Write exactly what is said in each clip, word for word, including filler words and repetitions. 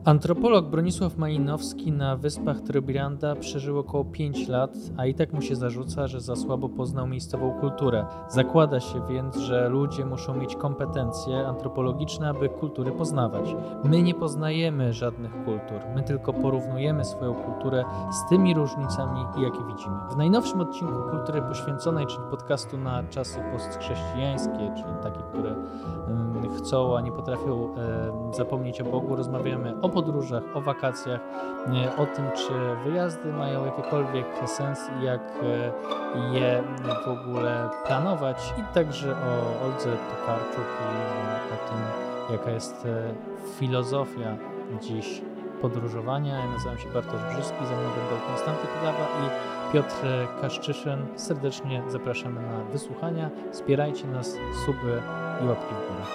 Antropolog Bronisław Malinowski na wyspach Trobrianda przeżył około pięć lat, a i tak mu się zarzuca, że za słabo poznał miejscową kulturę. Zakłada się więc, że ludzie muszą mieć kompetencje antropologiczne, aby kultury poznawać. My nie poznajemy żadnych kultur, my tylko porównujemy swoją kulturę z tymi różnicami, jakie widzimy. W najnowszym odcinku Kultury Poświęconej, czyli podcastu na czasy postchrześcijańskie, czyli takie, które um, chcą, a nie potrafią um, zapomnieć o Bogu, rozmawiamy o podróżach, o wakacjach, o tym, czy wyjazdy mają jakikolwiek sens i jak je w ogóle planować, i także o Oldze Tokarczuk i o tym, jaka jest filozofia dziś podróżowania. Ja nazywam się Bartosz Brzyski, ze mną będą Konstanty Kudawa i Piotr Kaszczyszyn. Serdecznie zapraszamy na wysłuchania. Wspierajcie nas, suby i łapki w górę.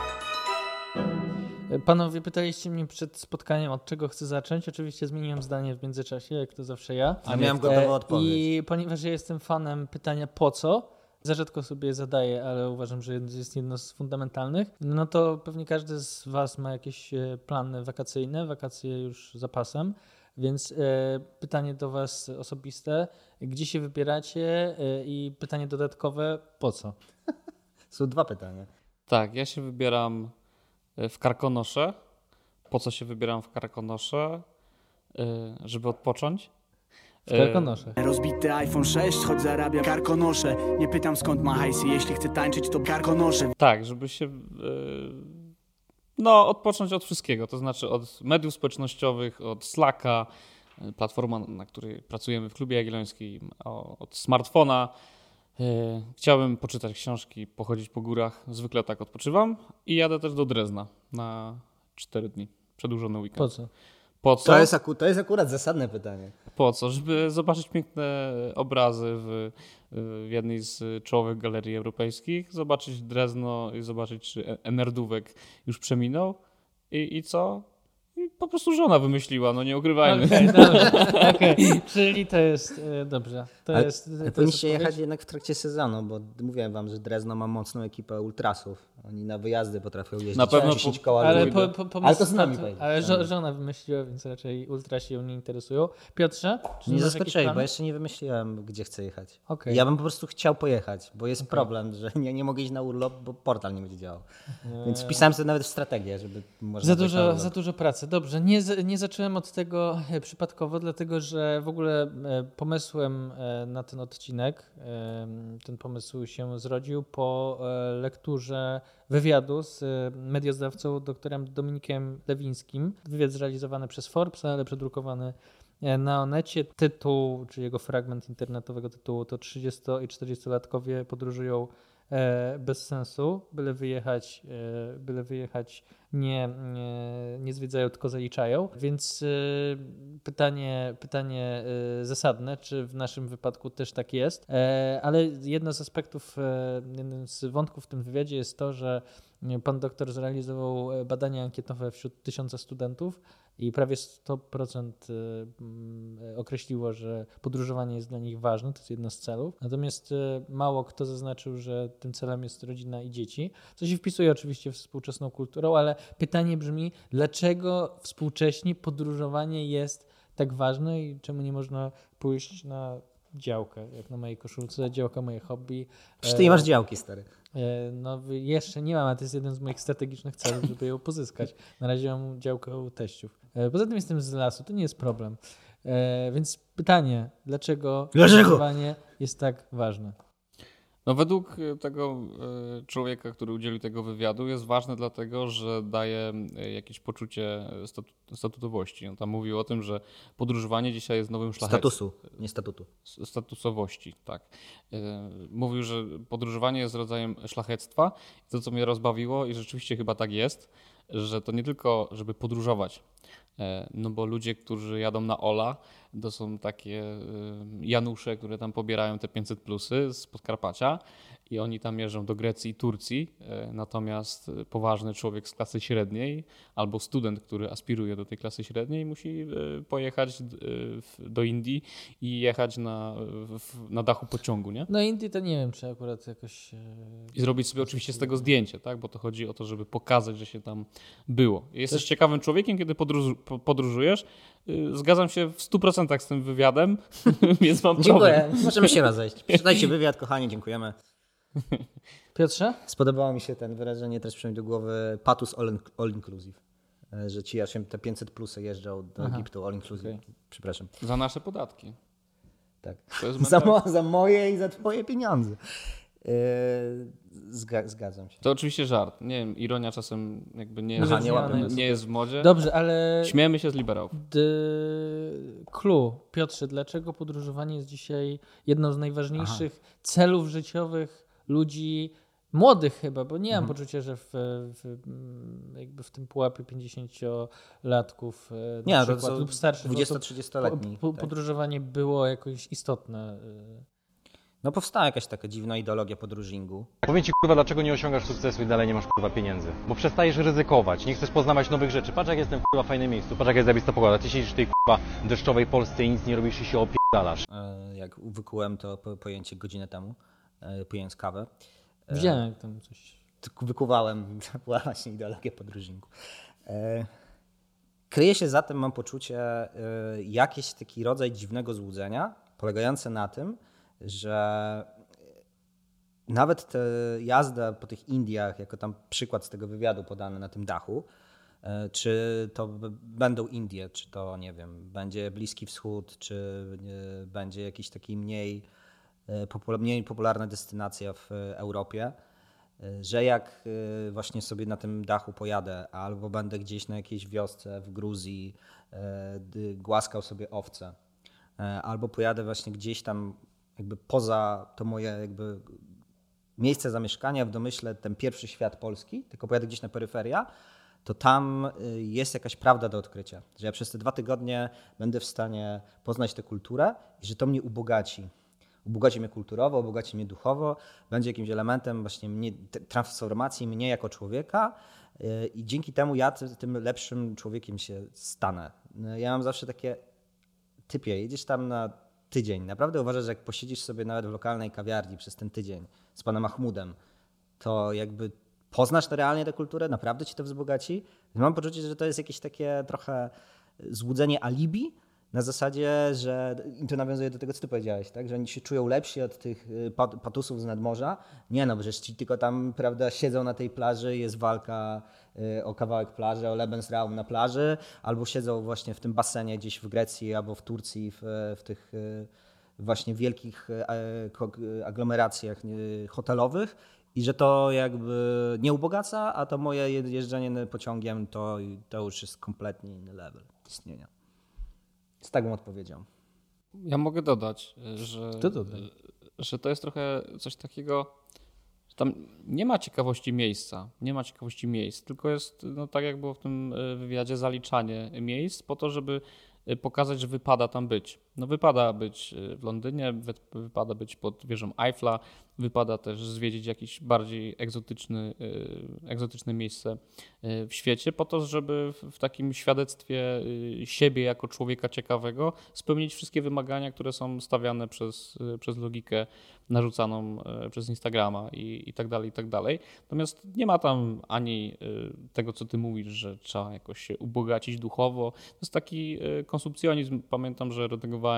Panowie, pytaliście mnie przed spotkaniem, od czego chcę zacząć. Oczywiście zmieniłem zdanie w międzyczasie, jak to zawsze ja. A miałem gotową odpowiedź. I ponieważ ja jestem fanem pytania po co, za rzadko sobie je zadaję, ale uważam, że jest jedno z fundamentalnych, no to pewnie każdy z was ma jakieś plany wakacyjne, wakacje już za pasem, więc e, pytanie do was osobiste, gdzie się wybieracie, e, i pytanie dodatkowe, po co? Są dwa pytania. Tak, ja się wybieram w Karkonosze. Po co się wybieram w Karkonosze? Żeby odpocząć. W Karkonosze. Rozbity iPhone sześć, choć zarabiam Karkonosze. Nie pytam skąd ma hajsy, jeśli chcę tańczyć to Karkonosze. Tak, żeby się no, odpocząć od wszystkiego. To znaczy od mediów społecznościowych, od Slacka, platforma, na której pracujemy w Klubie Jagiellońskim, od smartfona. Chciałbym poczytać książki, pochodzić po górach. Zwykle tak odpoczywam i jadę też do Drezna na cztery dni. Przedłużony weekend. Po co? Po co? To jest, aku- to jest akurat zasadne pytanie. Po co? Żeby zobaczyć piękne obrazy w, w jednej z czołowych galerii europejskich, zobaczyć Drezno i zobaczyć, czy Enerdówek już przeminął i, i co? I po prostu żona wymyśliła, no nie ukrywajmy. Okej, okay, dobrze. Okay. Czyli to jest e, dobrze. To Ale jest, to powinniście jest jechać jednak w trakcie sezonu, bo mówiłem wam, że Drezno ma mocną ekipę ultrasów. Oni na wyjazdy potrafią jeździć. Na pewno dziesięć koła ale, ludzi. po, po, ale to z nami to, pojedzie. Ale żo- żona wymyśliła, więc raczej ultrasi ją nie interesują. Piotrze? Czy Nie masz zaskoczyli, jakieś bo jeszcze nie wymyśliłem, gdzie chcę jechać. Okay. Ja bym po prostu chciał pojechać, bo jest Okay. problem, że nie, nie mogę iść na urlop, bo portal nie będzie działał. Więc wpisałem sobie nawet w strategię, żeby można Za wejść na dużo, urlop. za dużo pracy. Dobrze, nie, nie zacząłem od tego przypadkowo, dlatego że w ogóle pomysłem na ten odcinek, ten pomysł się zrodził po lekturze wywiadu z medioznawcą doktorem Dominikiem Lewińskim. Wywiad zrealizowany przez Forbes, ale przedrukowany na Onecie. Tytuł, czy jego fragment internetowego tytułu to trzydziesto- i czterdziestolatkowie podróżują bez sensu, byle wyjechać, byle wyjechać nie, nie, nie zwiedzają, tylko zaliczają. Więc pytanie, pytanie zasadne, czy w naszym wypadku też tak jest. Ale jedno z aspektów, jednym z wątków w tym wywiadzie jest to, że pan doktor zrealizował badania ankietowe wśród tysiąca studentów i prawie sto procent określiło, że podróżowanie jest dla nich ważne, to jest jedno z celów. Natomiast mało kto zaznaczył, że tym celem jest rodzina i dzieci, co się wpisuje oczywiście w współczesną kulturą, ale pytanie brzmi, dlaczego współcześnie podróżowanie jest tak ważne i czemu nie można pójść na działkę, jak na mojej koszulce, działka moje hobby. Przecież ty nie masz działki, stary. No jeszcze nie mam, a to jest jeden z moich strategicznych celów, żeby ją pozyskać. Na razie mam działkę u teściów. Poza tym jestem z lasu, to nie jest problem. Więc pytanie, dlaczego podróżowanie jest tak ważne? No według tego człowieka, który udzielił tego wywiadu, jest ważne dlatego, że daje jakieś poczucie statu- statutowości. On tam mówił o tym, że podróżowanie dzisiaj jest nowym szlachectwem. Statusu, nie statutu. Statusowości, tak. Mówił, że podróżowanie jest rodzajem szlachectwa. To, co mnie rozbawiło i rzeczywiście chyba tak jest, że to nie tylko, żeby podróżować, No bo ludzie, którzy jadą na Ola, to są takie Janusze, które tam pobierają te pięćset plusy z Podkarpacia i oni tam jeżdżą do Grecji i Turcji, natomiast poważny człowiek z klasy średniej albo student, który aspiruje do tej klasy średniej, musi pojechać do Indii i jechać na, na dachu pociągu, nie? No Indii to nie wiem, czy akurat jakoś... I zrobić sobie oczywiście z tego zdjęcie, tak? Bo to chodzi o to, żeby pokazać, że się tam było. Jesteś Też... ciekawym człowiekiem, kiedy podróż, podróżujesz. Zgadzam się w stu procentach z tym wywiadem, więc mam Dziękuję. problem. Możemy się rozejść. Przeczytajcie wywiad, kochani, dziękujemy. Piotrze? Spodobało mi się ten wyrażenie, też przyszło mi do głowy patus all, all inclusive. Że ci aż te pięćset plusy jeżdżą do Aha. Egiptu all inclusive. Okay. Przepraszam. Za nasze podatki. Tak. To jest za, mo- za moje i za twoje pieniądze. Zga- zgadzam się. To oczywiście żart. Nie wiem, ironia czasem jakby nie jest, Aha, nie, nie, nie jest w modzie. Dobrze, ale... Śmiejemy się z liberałów. D... Clue. Piotrze, dlaczego podróżowanie jest dzisiaj jedną z najważniejszych Aha. celów życiowych ludzi młodych chyba, bo nie mhm. mam poczucia, że w, w, jakby w tym pułapie pięćdziesięciolatków nie, na przykład, lub starszych dwudziesto-trzydziestoletni. Po, po, podróżowanie tak. było jakoś istotne. No powstała jakaś taka dziwna ideologia podróżingu. Powiem ci, kurwa, dlaczego nie osiągasz sukcesu i dalej nie masz, kurwa, pieniędzy. Bo przestajesz ryzykować, nie chcesz poznawać nowych rzeczy. Patrz, jak jestem w, kurwa, fajnym miejscu, patrz, jak jest zajebista pogoda. Ty siedzisz w tej, kurwa, deszczowej Polsce i nic nie robisz i się opierdalasz. Jak wykułem to pojęcie godzinę temu, pijąc kawę. Widziałem, jak tam coś... Wykuwałem, to była właśnie ideologia podróżingu. Kryje się za tym, mam poczucie, jakiś taki rodzaj dziwnego złudzenia, polegające na tym, że nawet tę jazdę po tych Indiach, jako tam przykład z tego wywiadu podany na tym dachu, czy to będą Indie, czy to, nie wiem, będzie Bliski Wschód, czy będzie jakiś taki mniej, mniej popularna destynacja w Europie, że jak właśnie sobie na tym dachu pojadę, albo będę gdzieś na jakiejś wiosce w Gruzji głaskał sobie owce, albo pojadę właśnie gdzieś tam jakby poza to moje jakby miejsce zamieszkania, w domyśle ten pierwszy świat Polski, tylko pojadę gdzieś na peryferia, to tam jest jakaś prawda do odkrycia. Że ja przez te dwa tygodnie będę w stanie poznać tę kulturę i że to mnie ubogaci. Ubogaci mnie kulturowo, ubogaci mnie duchowo, będzie jakimś elementem właśnie mnie, transformacji mnie jako człowieka i dzięki temu ja tym lepszym człowiekiem się stanę. Ja mam zawsze takie, typie, jedziesz tam na tydzień. Naprawdę uważasz, że jak posiedzisz sobie nawet w lokalnej kawiarni przez ten tydzień z panem Mahmudem, to jakby poznasz to realnie tę kulturę? Naprawdę ci to wzbogaci? Mam poczucie, że to jest jakieś takie trochę złudzenie alibi na zasadzie, że i to nawiązuje do tego, co ty powiedziałeś, tak? Że oni się czują lepsi od tych patusów z nadmorza. Nie no, bo przecież ci tylko tam, prawda, siedzą na tej plaży, jest walka o kawałek plaży, o Lebensraum na plaży, albo siedzą właśnie w tym basenie gdzieś w Grecji albo w Turcji, w, w tych właśnie wielkich aglomeracjach hotelowych i że to jakby nie ubogaca, a to moje jeżdżenie pociągiem to, to już jest kompletnie inny level istnienia. Z taką odpowiedzią. Ja mogę dodać, że to, że to jest trochę coś takiego, że tam nie ma ciekawości miejsca, nie ma ciekawości miejsc, tylko jest, no tak jak było w tym wywiadzie, zaliczanie miejsc po to, żeby pokazać, że wypada tam być. No wypada być w Londynie, wypada być pod wieżą Eiffla, wypada też zwiedzić jakieś bardziej egzotyczny, egzotyczne miejsce w świecie po to, żeby w takim świadectwie siebie jako człowieka ciekawego spełnić wszystkie wymagania, które są stawiane przez, przez logikę narzucaną przez Instagrama i, i tak dalej, i tak dalej. Natomiast nie ma tam ani tego, co ty mówisz, że trzeba jakoś się ubogacić duchowo. To jest taki konsumpcjonizm. Pamiętam, że redagowałem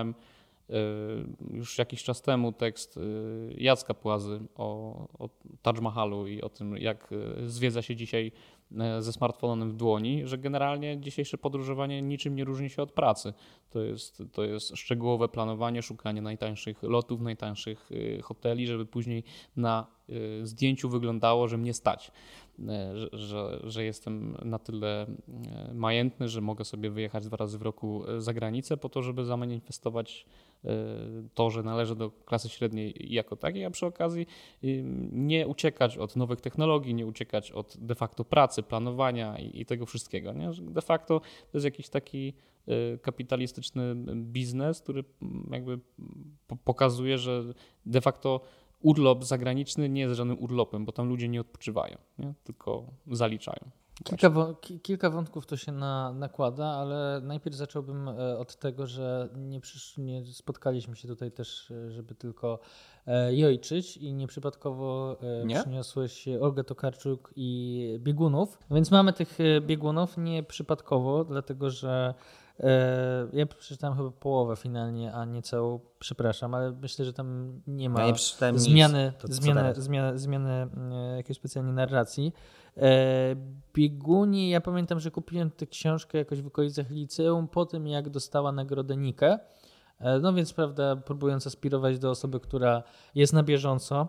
już jakiś czas temu tekst Jacka Płazy o, o Taj Mahalu i o tym, jak zwiedza się dzisiaj ze smartfonem w dłoni, że generalnie dzisiejsze podróżowanie niczym nie różni się od pracy. To jest, to jest szczegółowe planowanie, szukanie najtańszych lotów, najtańszych hoteli, żeby później na zdjęciu wyglądało, że mnie stać, że, że, że jestem na tyle majętny, że mogę sobie wyjechać dwa razy w roku za granicę po to, żeby zamanifestować to, że należę do klasy średniej jako takiej, a przy okazji nie uciekać od nowych technologii, nie uciekać od de facto pracy, planowania i, i tego wszystkiego. Nie? Że de facto to jest jakiś taki kapitalistyczny biznes, który jakby pokazuje, że de facto urlop zagraniczny nie jest żadnym urlopem, bo tam ludzie nie odpoczywają, nie? Tylko zaliczają. Kilka, wo- kilka wątków to się na, nakłada, ale najpierw zacząłbym od tego, że nie, przysz- nie spotkaliśmy się tutaj też, żeby tylko jojczyć i nieprzypadkowo Nie? przyniosłeś Olgę Tokarczuk i biegunów. Więc mamy tych biegunów nieprzypadkowo, dlatego że ja przeczytałem chyba połowę finalnie, a nie całą, przepraszam, ale myślę, że tam nie ma Ja nie przeczytałem nic. zmiany, To co zmiany, teraz? zmiany, zmiany jakiejś specjalnej narracji. Bieguni, ja pamiętam, że kupiłem tę książkę jakoś w okolicach liceum po tym, jak dostała nagrodę Nike. No więc, prawda, próbując aspirować do osoby, która jest na bieżąco.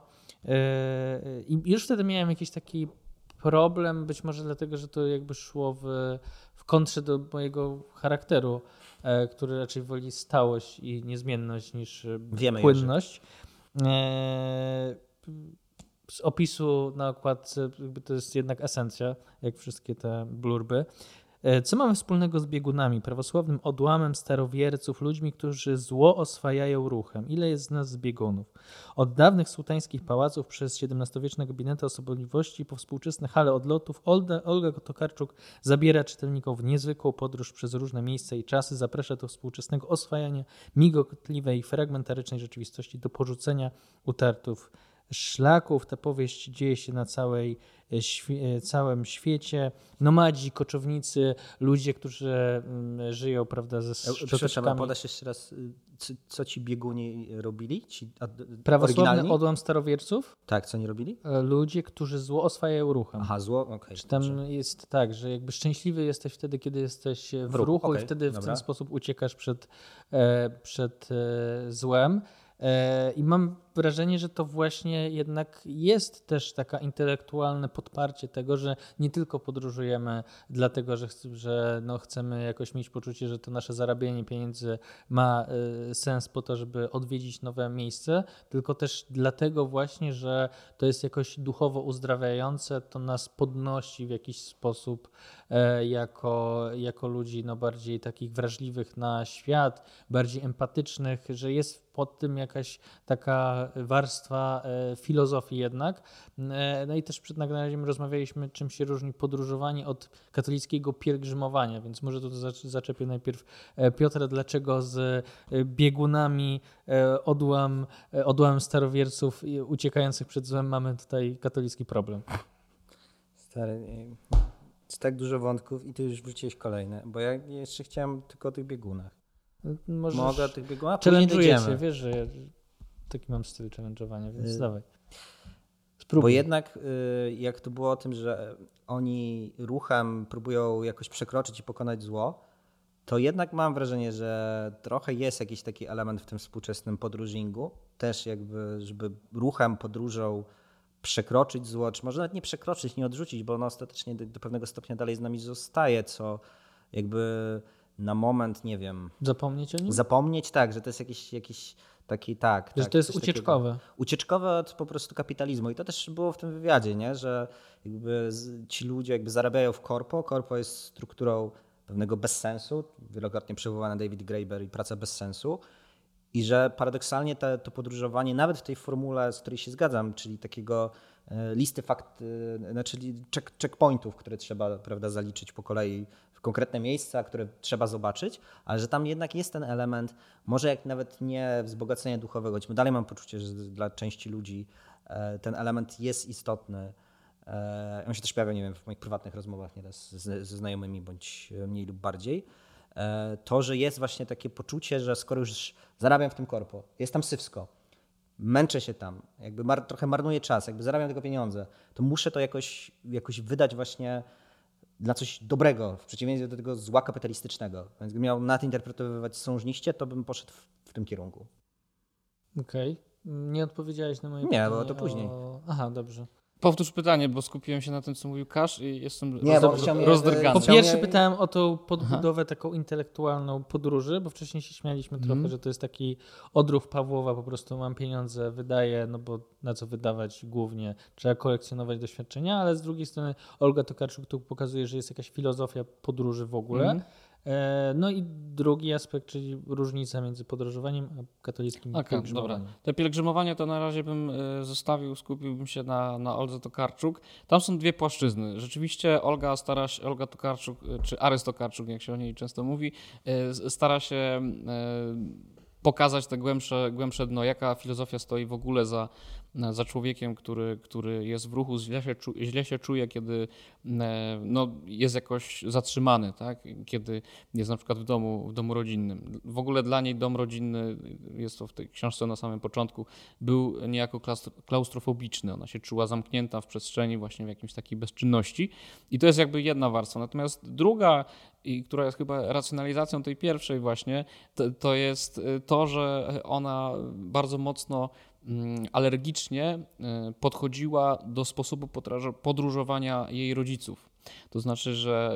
I już wtedy miałem jakiś taki problem, być może dlatego, że to jakby szło w, w kontrze do mojego charakteru, który raczej woli stałość i niezmienność niż Wiemy, płynność. E, z opisu na okładce jakby to jest jednak esencja, jak wszystkie te blurby. Co mamy wspólnego z biegunami, prawosławnym odłamem starowierców, ludźmi, którzy zło oswajają ruchem? Ile jest z nas z biegunów? Od dawnych sułtańskich pałaców przez siedemnastowieczne gabinety osobliwości po współczesne hale odlotów Olga, Olga Tokarczuk zabiera czytelników w niezwykłą podróż przez różne miejsca i czasy, zaprasza do współczesnego oswajania migotliwej, fragmentarycznej rzeczywistości, do porzucenia utartów szlaków. Ta powieść dzieje się na całej, świe, całym świecie. Nomadzi, koczownicy, ludzie, którzy żyją, prawda, ze Przepraszam, szczoteczkami. podasz jeszcze raz, co, co ci bieguni robili? Ci Prawosławny oryginalni? odłam starowierców. Tak, co oni robili? Ludzie, którzy zło oswajają ruchem. Aha, zło, okej. Okay, Czy tam jest tak, że jakby szczęśliwy jesteś wtedy, kiedy jesteś w, w ruchu, ruchu okay, i wtedy dobra. w ten sposób uciekasz przed, przed złem. I mam wrażenie, że to właśnie jednak jest też taka intelektualne podparcie tego, że nie tylko podróżujemy dlatego, że, ch- że no chcemy jakoś mieć poczucie, że to nasze zarabianie pieniędzy ma y, sens po to, żeby odwiedzić nowe miejsce, tylko też dlatego właśnie, że to jest jakoś duchowo uzdrawiające, to nas podnosi w jakiś sposób e, jako, jako ludzi no bardziej takich wrażliwych na świat, bardziej empatycznych, że jest pod tym jakaś taka warstwa e, filozofii jednak. E, no i też przed nagraniem rozmawialiśmy, czym się różni podróżowanie od katolickiego pielgrzymowania, więc może to zac- zaczepię najpierw e, Piotra, dlaczego z e, biegunami e, odłam, e, odłamem starowierców i uciekających przed złem mamy tutaj katolicki problem. Stary, jest tak dużo wątków i ty już wrzuciłeś kolejne, bo ja jeszcze chciałem tylko o tych biegunach. Możesz... Mogę o tych biegunach? Później Challenge'uję dojdziemy. się, wiesz, że ja taki mam styl challenge'owania, więc Y- dawaj. Bo Spróbuj. jednak y, jak to było o tym, że oni ruchem próbują jakoś przekroczyć i pokonać zło, to jednak mam wrażenie, że trochę jest jakiś taki element w tym współczesnym podróżingu. Też jakby, żeby ruchem, podróżą przekroczyć zło, czy może nawet nie przekroczyć, nie odrzucić, bo ono ostatecznie do, do pewnego stopnia dalej z nami zostaje, co jakby na moment, nie wiem, Zapomnieć o nim? zapomnieć, tak, że to jest jakiś, jakiś taki, tak. Że tak, to jest coś takiego. ucieczkowe. Ucieczkowe od po prostu kapitalizmu. I to też było w tym wywiadzie, nie? Że jakby z- ci ludzie jakby zarabiają w korpo. Korpo jest strukturą pewnego bezsensu. Wielokrotnie przywołany David Graeber i praca bez sensu. I że paradoksalnie te, to podróżowanie, nawet w tej formule, z której się zgadzam, czyli takiego e, listy fakt, e, znaczy check, checkpointów, które trzeba, prawda, zaliczyć po kolei w konkretne miejsca, które trzeba zobaczyć, ale że tam jednak jest ten element, może jak nawet nie wzbogacenia duchowego, choć dalej mam poczucie, że dla części ludzi e, ten element jest istotny. E, on się też pojawia, nie wiem, w moich prywatnych rozmowach nieraz ze, ze znajomymi, bądź mniej lub bardziej. To, że jest właśnie takie poczucie, że skoro już zarabiam w tym korpo, jest tam sywsko, męczę się tam, jakby mar- trochę marnuję czas, jakby zarabiam tego pieniądze, to muszę to jakoś, jakoś wydać właśnie dla coś dobrego, w przeciwieństwie do tego zła kapitalistycznego. Więc gdybym miał nadinterpretowywać sążniście, to bym poszedł w, w tym kierunku. Okej. Nie odpowiedziałeś na moje Nie, pytanie. bo to później. O... Aha, dobrze. Powtórz pytanie, bo skupiłem się na tym, co mówił Kasz i jestem Nie, bo roz, chciał mnie- rozdrgany. Po Chciał pierwsze mnie- pytałem o tą podbudowę taką intelektualną podróży, bo wcześniej się śmialiśmy trochę, Mhm. że to jest taki odruch Pawłowa, po prostu mam pieniądze, wydaję, no bo na co wydawać głównie, trzeba kolekcjonować doświadczenia, ale z drugiej strony Olga Tokarczuk tu pokazuje, że jest jakaś filozofia podróży w ogóle. Mhm. E, No i drugi aspekt, czyli różnica między podróżowaniem a katolickim Okej, pielgrzymowaniem. dobra. Te pielgrzymowanie to na razie bym y, zostawił, skupiłbym się na, na Oldze Tokarczuk. Tam są dwie płaszczyzny. Rzeczywiście Olga stara się, Olga Tokarczuk, y, czy Arys Tokarczuk, jak się o niej często mówi, y, stara się y, pokazać te głębsze, głębsze dno, jaka filozofia stoi w ogóle za, za człowiekiem, który, który jest w ruchu, źle się, czu, źle się czuje, kiedy no, jest jakoś zatrzymany, tak? Kiedy jest na przykład w domu, w domu rodzinnym. W ogóle dla niej dom rodzinny, jest to w tej książce na samym początku, był niejako klaustrofobiczny. Ona się czuła zamknięta w przestrzeni, właśnie w jakimś takiej bezczynności. I to jest jakby jedna warstwa. Natomiast druga, i która jest chyba racjonalizacją tej pierwszej właśnie, to, to jest to, że ona bardzo mocno alergicznie podchodziła do sposobu podróżowania jej rodziców. To znaczy, że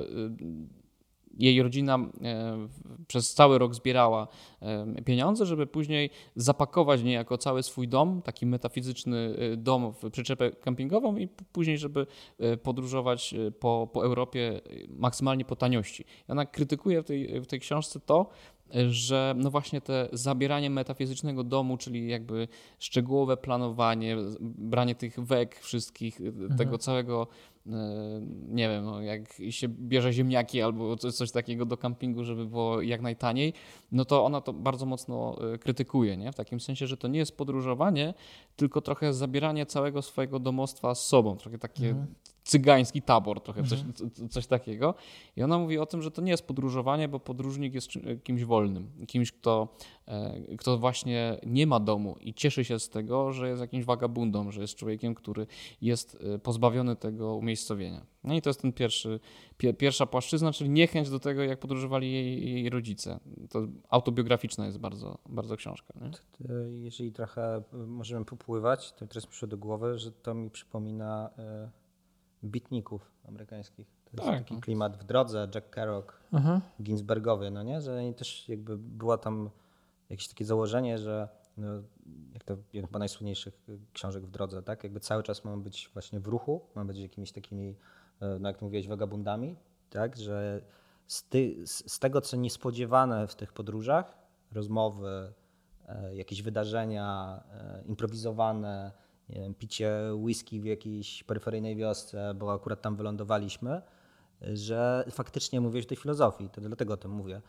jej rodzina przez cały rok zbierała pieniądze, żeby później zapakować niejako cały swój dom, taki metafizyczny dom w przyczepę kempingową i później, żeby podróżować po, po Europie maksymalnie po taniości. I ona krytykuje w tej, w tej książce to, że no właśnie te zabieranie metafizycznego domu, czyli jakby szczegółowe planowanie, branie tych wek wszystkich, mhm. tego całego, nie wiem, no jak się bierze ziemniaki albo coś, coś takiego do kampingu, żeby było jak najtaniej, no to ona to bardzo mocno krytykuje, nie? W takim sensie, że to nie jest podróżowanie, tylko trochę zabieranie całego swojego domostwa z sobą, trochę takie mhm. cygański tabor, trochę coś, mhm. coś takiego. I ona mówi o tym, że to nie jest podróżowanie, bo podróżnik jest kimś wolnym, kimś, kto, kto właśnie nie ma domu i cieszy się z tego, że jest jakimś wagabundą, że jest człowiekiem, który jest pozbawiony tego umiejscowienia. No i to jest ten pierwszy, pierwsza płaszczyzna, czyli niechęć do tego, jak podróżowali jej, jej rodzice. To autobiograficzna jest bardzo, bardzo książka. Nie? Jeżeli trochę możemy popływać, to teraz mi przyszło do głowy, że to mi przypomina bitników amerykańskich. To jest tak, taki no. klimat w drodze, Jack Kerouac, uh-huh. Ginsbergowy, no nie? Że też jakby była tam jakieś takie założenie, że no, jak to jedna z najsłynniejszych książek w drodze, tak? Jakby cały czas mamy być właśnie w ruchu, mamy być jakimiś takimi, no jak mówiłeś, wagabundami, tak? Że z, ty, z tego, co niespodziewane w tych podróżach, rozmowy, jakieś wydarzenia improwizowane, nie wiem, picie whisky w jakiejś peryferyjnej wiosce, bo akurat tam wylądowaliśmy, że faktycznie mówię o tej filozofii, to dlatego o tym mówię,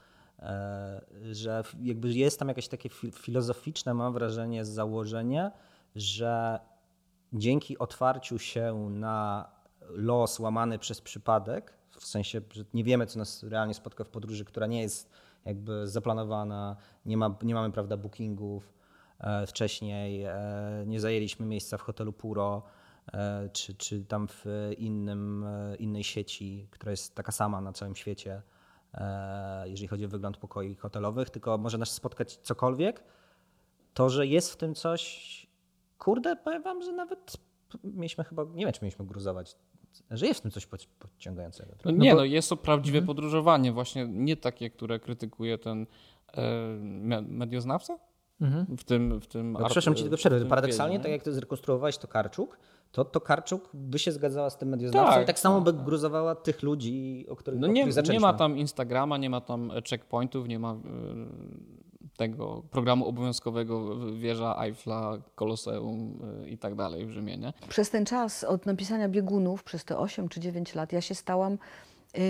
że jakby jest tam jakieś takie filozoficzne, mam wrażenie, założenie, że dzięki otwarciu się na los łamany przez przypadek, w sensie, że nie wiemy, co nas realnie spotka w podróży, która nie jest jakby zaplanowana, nie, ma, nie mamy, prawda, bookingów, wcześniej nie zajęliśmy miejsca w hotelu Puro czy, czy tam w innym, innej sieci, która jest taka sama na całym świecie, jeżeli chodzi o wygląd pokoi hotelowych, tylko może nas spotkać cokolwiek, to, że jest w tym coś, kurde, powiem wam, że nawet mieliśmy chyba, nie wiem, czy mieliśmy gruzować, że jest w tym coś podciągającego. No nie, no jest to prawdziwe mhm. podróżowanie, właśnie nie takie, które krytykuje ten e, medioznawca? Mhm. W tym, w tym no, przepraszam ci tylko przerwę. Paradoksalnie, wiedzie, tak jak to zrekonstruowałeś Tokarczuk, to Tokarczuk by się zgadzała z tym medioznawcą tak, i tak samo by gruzowała tych ludzi, o których, no o nie, których zaczęliśmy. Nie ma tam Instagrama, nie ma tam checkpointów, nie ma y, tego programu obowiązkowego wieża Eiffla, Koloseum y, i tak dalej w Rzymie. Nie? Przez ten czas od napisania Biegunów, przez te osiem czy dziewięć lat, ja się stałam y,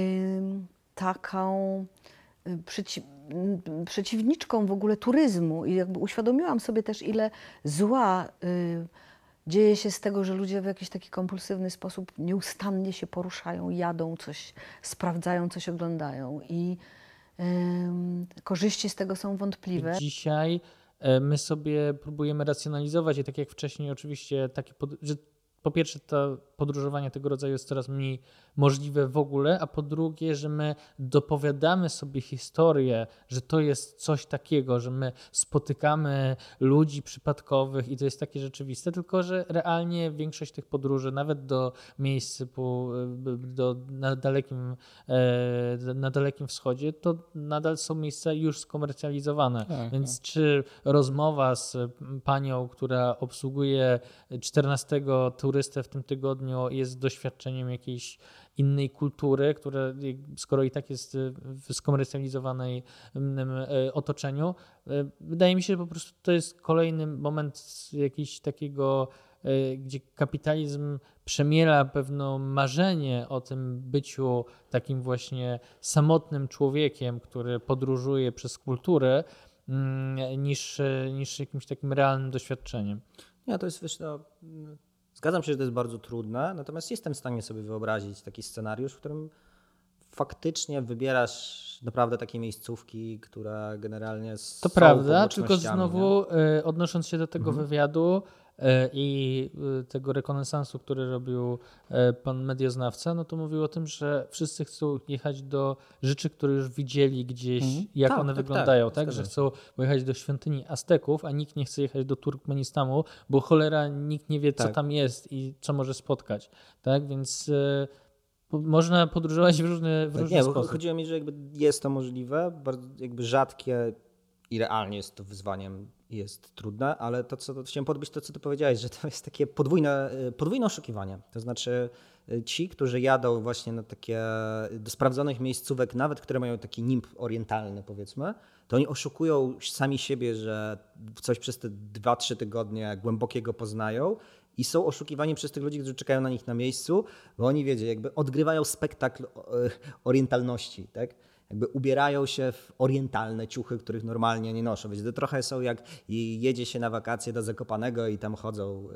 taką y, przeciw przeciwniczką w ogóle turyzmu i jakby uświadomiłam sobie też, ile zła y, dzieje się z tego, że ludzie w jakiś taki kompulsywny sposób nieustannie się poruszają, jadą coś, sprawdzają, coś oglądają i y, korzyści z tego są wątpliwe. Dzisiaj my sobie próbujemy racjonalizować i tak jak wcześniej oczywiście takie, pod, że po pierwsze to podróżowanie tego rodzaju jest coraz mniej możliwe w ogóle, a po drugie, że my dopowiadamy sobie historię, że to jest coś takiego, że my spotykamy ludzi przypadkowych i to jest takie rzeczywiste, tylko że realnie większość tych podróży, nawet do miejsc po, do, na, dalekim, na dalekim wschodzie, to nadal są miejsca już skomercjalizowane. Tak, Więc tak. czy rozmowa z panią, która obsługuje czternastego turystę w tym tygodniu, jest doświadczeniem jakiejś innej kultury, która skoro i tak jest w skomercjalizowanej otoczeniu, wydaje mi się, że po prostu to jest kolejny moment jakiś takiego, gdzie kapitalizm przemiela pewne marzenie o tym byciu takim właśnie samotnym człowiekiem, który podróżuje przez kulturę, niż, niż jakimś takim realnym doświadczeniem. Nie, to jest, wiesz, no, zgadzam się, że to jest bardzo trudne, natomiast jestem w stanie sobie wyobrazić taki scenariusz, w którym faktycznie wybierasz naprawdę takie miejscówki, które generalnie są To prawda, tylko znowu nie? odnosząc się do tego mhm. wywiadu i tego rekonesansu, który robił pan medioznawca, no to mówił o tym, że wszyscy chcą jechać do rzeczy, które już widzieli gdzieś, mhm. jak tak, one tak, wyglądają, tak, tak? Że chcą pojechać do świątyni Azteków, a nikt nie chce jechać do Turkmenistanu, bo cholera nikt nie wie, co tak. tam jest i co może spotkać, tak, więc można podróżować w różny, w tak, różny nie, sposób. Chodziło mi, że jakby jest to możliwe, bardzo jakby rzadkie i realnie jest to wyzwaniem, jest trudne, ale to, co to chciałem podbić, to co ty powiedziałeś, że to jest takie podwójne, podwójne oszukiwanie. To znaczy ci, którzy jadą właśnie na takie do sprawdzonych miejscówek, nawet które mają taki nimb orientalny, powiedzmy, to oni oszukują sami siebie, że coś przez te dwa, trzy tygodnie głębokiego poznają i są oszukiwani przez tych ludzi, którzy czekają na nich na miejscu, bo oni, wiecie, jakby odgrywają spektakl orientalności, tak? Jakby ubierają się w orientalne ciuchy, których normalnie nie noszą. Więc to trochę są jak jedzie się na wakacje do Zakopanego i tam chodzą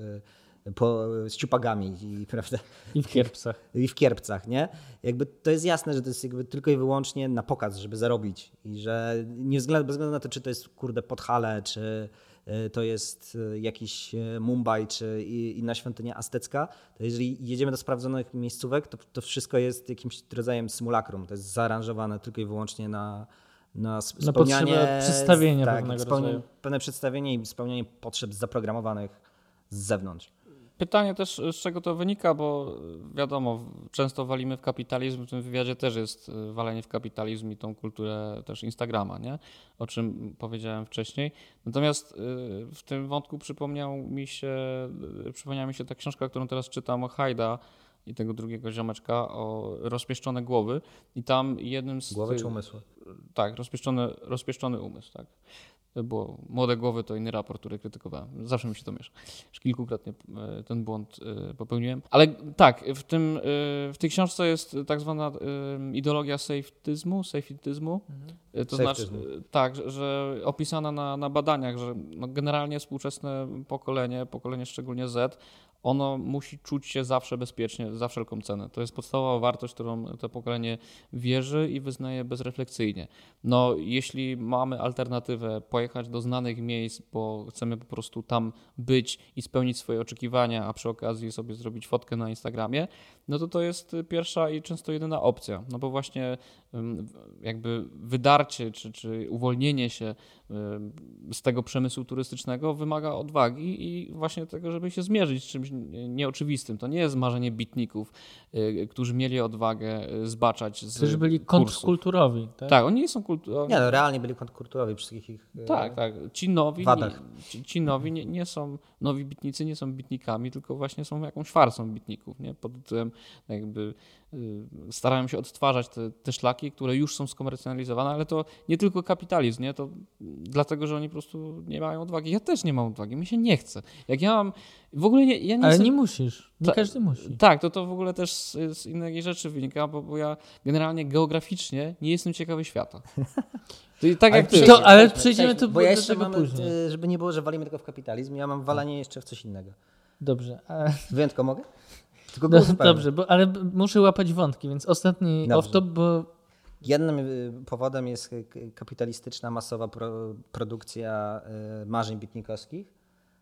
po, z ciupagami. I, prawda? I w kierpcach. I w kierpcach, nie? Jakby to jest jasne, że to jest jakby tylko i wyłącznie na pokaz, żeby zarobić. I że nie względu, bez względu na to, czy to jest kurde Podhale, czy to jest jakiś Mumbai, czy inna świątynia aztecka, to jeżeli jedziemy do sprawdzonych miejscówek, to, to wszystko jest jakimś rodzajem symulakrum. To jest zaaranżowane tylko i wyłącznie na, na spełnianie... Na przedstawienia tak, pewnego spełnia, rodzaju. Pewne przedstawienie i spełnianie potrzeb zaprogramowanych z zewnątrz. Pytanie też, z czego to wynika, bo wiadomo, często walimy w kapitalizm, w tym wywiadzie też jest walenie w kapitalizm i tą kulturę też Instagrama, nie? O czym powiedziałem wcześniej. Natomiast w tym wątku przypomniał mi się, przypomniała mi się ta książka, którą teraz czytam o Hajda i tego drugiego ziomeczka, o rozpieszczone głowy. I tam jednym z... Głowy czy umysły? Tak, rozpieszczony, rozpieszczony umysł, tak. To było Młode Głowy, to inny raport, który krytykowałem. Zawsze mi się to miesza. Już kilkukrotnie ten błąd popełniłem. Ale tak, w, tym, w tej książce jest tak zwana ideologia safetyzmu, safetyzmu. Mhm. To znaczy, tak, że opisana na, na badaniach, że no generalnie współczesne pokolenie, pokolenie szczególnie Z, ono musi czuć się zawsze bezpiecznie, za wszelką cenę. To jest podstawowa wartość, którą to pokolenie wierzy i wyznaje bezrefleksyjnie. No, jeśli mamy alternatywę pojechać do znanych miejsc, bo chcemy po prostu tam być i spełnić swoje oczekiwania, a przy okazji sobie zrobić fotkę na Instagramie, no to to jest pierwsza i często jedyna opcja. No bo właśnie jakby wydarcie czy, czy uwolnienie się z tego przemysłu turystycznego wymaga odwagi i właśnie tego, żeby się zmierzyć z czymś nieoczywistym. To nie jest marzenie bitników, którzy mieli odwagę zbaczać z Którzy byli kontrkulturowi. Tak? tak, oni nie są kulturowi. Nie, no realnie byli kontrkulturowi przy wszystkich ich Tak, tak. Ci nowi, wadach. Nie, ci, ci nowi nie, nie są, nowi bitnicy nie są bitnikami, tylko właśnie są jakąś farsą bitników, nie? Pod tytułem jakby starają się odtwarzać te, te szlaki, które już są skomercjalizowane, ale to nie tylko kapitalizm, nie? To dlatego, że oni po prostu nie mają odwagi. Ja też nie mam odwagi, mi się nie chce. Jak ja mam, w ogóle nie... Ja nie ale jestem, nie musisz, nie ta, każdy musi. Tak, to to w ogóle też z, z innej rzeczy wynika, bo, bo ja generalnie geograficznie nie jestem ciekawy świata. To i tak ale jak ty. To, ale przejdziemy tu bo ja jeszcze do tego mamy, później. żeby nie było, że walimy tylko w kapitalizm, ja mam walenie jeszcze w coś innego. Dobrze. A... Wyjątkowo mogę? Tylko no, dobrze, bo, ale muszę łapać wątki, więc ostatni off-top, bo... Jednym powodem jest kapitalistyczna, masowa pro, produkcja marzeń bitnikowskich,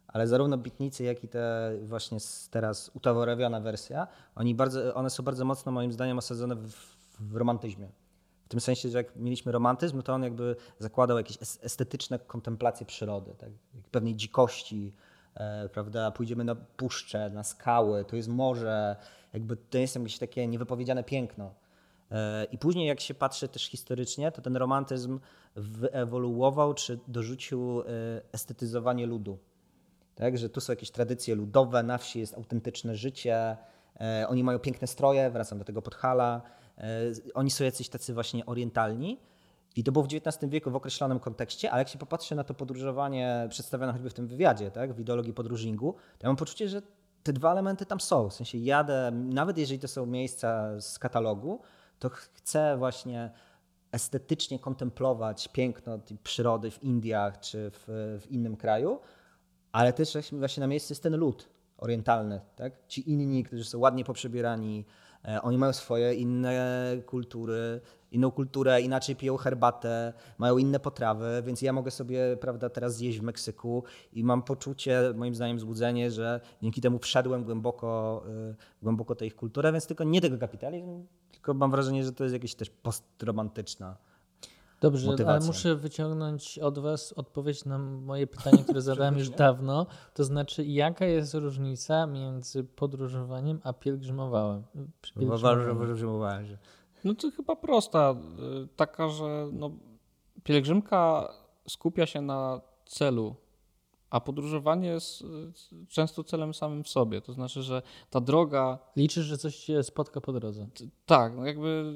ale zarówno Bitnicy, jak i te właśnie teraz utowarowiona wersja, oni bardzo, one są bardzo mocno moim zdaniem osadzone w, w romantyzmie. W tym sensie, że jak mieliśmy romantyzm, to on jakby zakładał jakieś estetyczne kontemplacje przyrody, tak? Pewnej dzikości, e, prawda? Pójdziemy na puszczę, na skały, to jest morze, jakby to jest jakieś takie niewypowiedziane piękno. E, I później jak się patrzy też historycznie, to ten romantyzm wyewoluował czy dorzucił e, estetyzowanie ludu. Tak? Że tu są jakieś tradycje ludowe, na wsi jest autentyczne życie, e, oni mają piękne stroje, wracam do tego Podhala, oni są jacyś tacy właśnie orientalni i to było w dziewiętnastym wieku w określonym kontekście, ale jak się popatrzy na to podróżowanie przedstawione choćby w tym wywiadzie, tak, w ideologii podróżingu, to ja mam poczucie, że te dwa elementy tam są. W sensie jadę, nawet jeżeli to są miejsca z katalogu, to chcę właśnie estetycznie kontemplować piękno tej przyrody w Indiach czy w, w innym kraju, ale też właśnie na miejscu jest ten lud orientalny, tak? Ci inni, którzy są ładnie poprzebierani, oni mają swoje inne kultury, inną kulturę, inaczej piją herbatę, mają inne potrawy, więc ja mogę sobie, prawda, teraz zjeść w Meksyku i mam poczucie, moim zdaniem złudzenie, że dzięki temu wszedłem głęboko, głęboko tę ich kulturę, więc tylko nie tego kapitalizmu, tylko mam wrażenie, że to jest jakaś też postromantyczna Dobrze, motywacja. Ale muszę wyciągnąć od was odpowiedź na moje pytanie, które zadałem już dawno. To znaczy, jaka jest różnica między podróżowaniem a pielgrzymowaniem? Pielgrzymowałem. No to chyba prosta. Taka, że no, pielgrzymka skupia się na celu, a podróżowanie jest często celem samym w sobie. To znaczy, że ta droga... Liczysz, że coś się spotka po drodze. Tak, no jakby...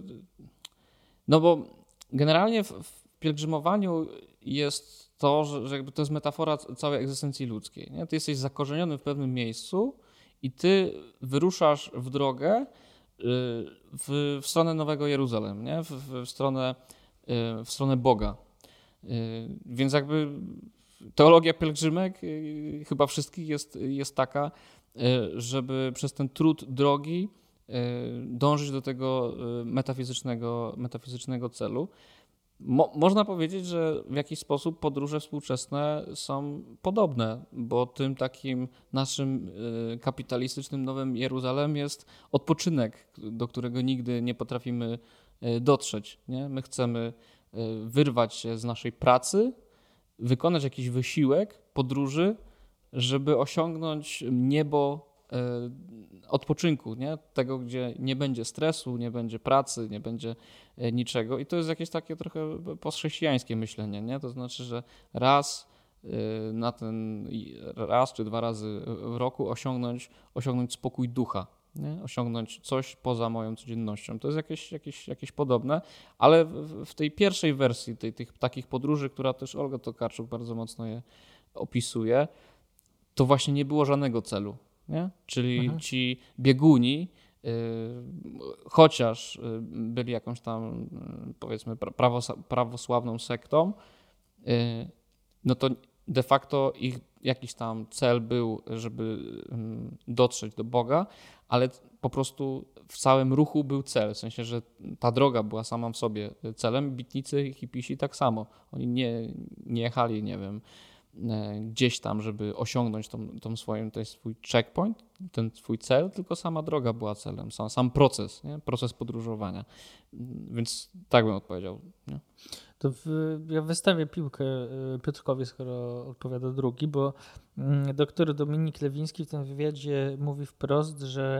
No bo generalnie w, w pielgrzymowaniu jest to, że, że jakby to jest metafora całej egzystencji ludzkiej. Nie? Ty jesteś zakorzeniony w pewnym miejscu i ty wyruszasz w drogę w, w stronę Nowego Jeruzalem, nie? W, w, stronę, w stronę Boga. Więc jakby teologia pielgrzymek chyba wszystkich jest, jest taka, żeby przez ten trud drogi dążyć do tego metafizycznego, metafizycznego celu. Mo, można powiedzieć, że w jakiś sposób podróże współczesne są podobne, bo tym takim naszym kapitalistycznym Nowym Jeruzalem jest odpoczynek, do którego nigdy nie potrafimy dotrzeć. Nie? My chcemy wyrwać się z naszej pracy, wykonać jakiś wysiłek podróży, żeby osiągnąć niebo odpoczynku, nie? Tego, gdzie nie będzie stresu, nie będzie pracy, nie będzie niczego. I to jest jakieś takie trochę postchrześcijańskie myślenie, nie? To znaczy, że raz na ten, raz czy dwa razy w roku osiągnąć, osiągnąć spokój ducha, nie? Osiągnąć coś poza moją codziennością. To jest jakieś, jakieś, jakieś podobne, ale w, w tej pierwszej wersji tej, tych takich podróży, która też Olga Tokarczuk bardzo mocno je opisuje, to właśnie nie było żadnego celu. Nie? Czyli mhm. ci bieguni, yy, chociaż byli jakąś tam, yy, powiedzmy, prawos, prawosławną sektą, yy, no to de facto ich jakiś tam cel był, żeby yy, dotrzeć do Boga, ale po prostu w całym ruchu był cel, w sensie, że ta droga była sama w sobie celem. Bitnicy i hipisi tak samo. Oni nie, nie jechali, nie wiem, gdzieś tam, żeby osiągnąć tą, tą swoją, to jest swój checkpoint, ten swój cel, tylko sama droga była celem, sam, sam proces, nie? Proces podróżowania. Więc tak bym odpowiedział. Nie? To w, ja wystawię piłkę Piotrkowi, skoro odpowiada drugi, bo doktor Dominik Lewiński w tym wywiadzie mówi wprost, że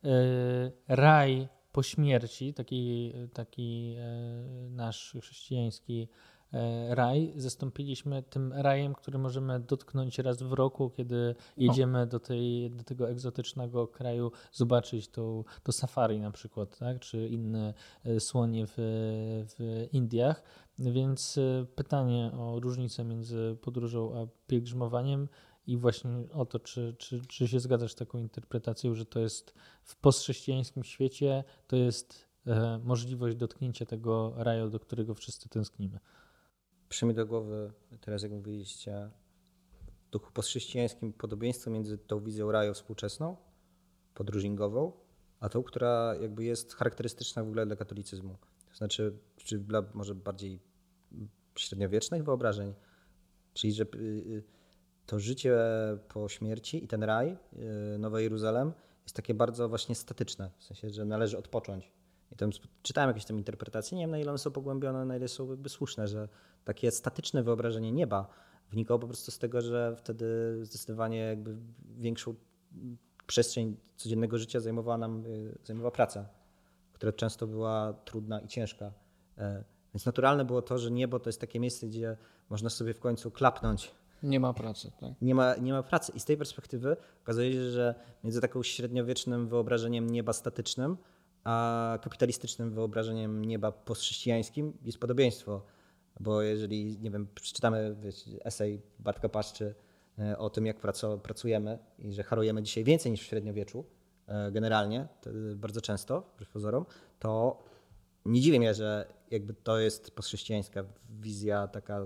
raj po śmierci, taki, taki nasz chrześcijański raj, zastąpiliśmy tym rajem, który możemy dotknąć raz w roku, kiedy jedziemy do, tej, do tego egzotycznego kraju, zobaczyć to, to safari na przykład, tak? Czy inne słonie w, w Indiach. Więc pytanie o różnicę między podróżą a pielgrzymowaniem i właśnie o to, czy, czy, czy się zgadzasz z taką interpretacją, że to jest w postchrześcijańskim świecie, to jest e, możliwość dotknięcia tego raju, do którego wszyscy tęsknimy. Przyszło mi do głowy teraz, jak mówiliście, w duchu postchrześcijańskim podobieństwo między tą wizją raju współczesną, podróżingową, a tą, która jakby jest charakterystyczna w ogóle dla katolicyzmu. To znaczy, czy dla może bardziej średniowiecznych wyobrażeń, czyli że to życie po śmierci i ten raj, Nowy Jeruzalem, jest takie bardzo właśnie statyczne, w sensie, że należy odpocząć. I tam czytałem jakieś tam interpretacje, nie wiem na ile one są pogłębione, na ile są jakby słuszne, że takie statyczne wyobrażenie nieba wynikało po prostu z tego, że wtedy zdecydowanie jakby większą przestrzeń codziennego życia zajmowała nam zajmowała praca, która często była trudna i ciężka. Więc naturalne było to, że niebo to jest takie miejsce, gdzie można sobie w końcu klapnąć. Nie ma pracy, tak. Nie ma, nie ma pracy. I z tej perspektywy okazuje się, że między taką średniowiecznym wyobrażeniem nieba statycznym, a kapitalistycznym wyobrażeniem nieba postchrześcijańskim jest podobieństwo. Bo jeżeli, nie wiem, przeczytamy wiecie, esej Bartka Paszczy o tym, jak pracujemy i że harujemy dzisiaj więcej niż w średniowieczu, generalnie, bardzo często, wbrew pozorom, to nie dziwi mnie, że jakby to jest postchrześcijańska wizja taka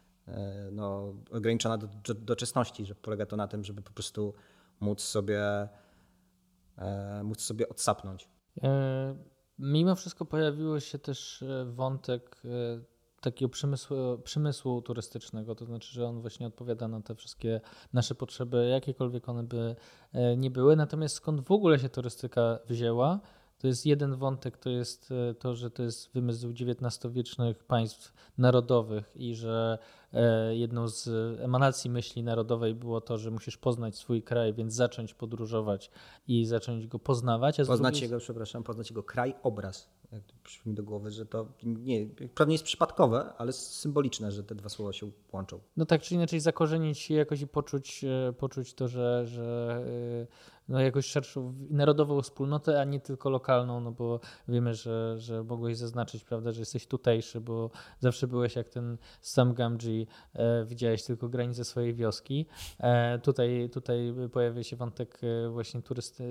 no, ograniczona do, do doczesności, że polega to na tym, żeby po prostu móc sobie, móc sobie odsapnąć. Mimo wszystko pojawiło się też wątek takiego przemysłu, przemysłu turystycznego, to znaczy, że on właśnie odpowiada na te wszystkie nasze potrzeby, jakiekolwiek one by nie były. Natomiast skąd w ogóle się turystyka wzięła, to jest jeden wątek, to jest to, że to jest wymysł dziewiętnastowiecznych państw narodowych i że jedną z emanacji myśli narodowej było to, że musisz poznać swój kraj, więc zacząć podróżować i zacząć go poznawać. A poznać drugiej... jego, przepraszam, poznać jego kraj, obraz. Jak przyszło mi do głowy, że to nie, pewnie jest przypadkowe, ale symboliczne, że te dwa słowa się łączą. No tak czy inaczej zakorzenić się jakoś i poczuć, poczuć to, że, że no jakoś szerszą narodową wspólnotę, a nie tylko lokalną, no bo wiemy, że, że mogłeś zaznaczyć, prawda, że jesteś tutejszy, bo zawsze byłeś jak ten Sam Gamgee, e, widziałeś tylko granice swojej wioski. E, tutaj, tutaj pojawia się wątek właśnie turysty,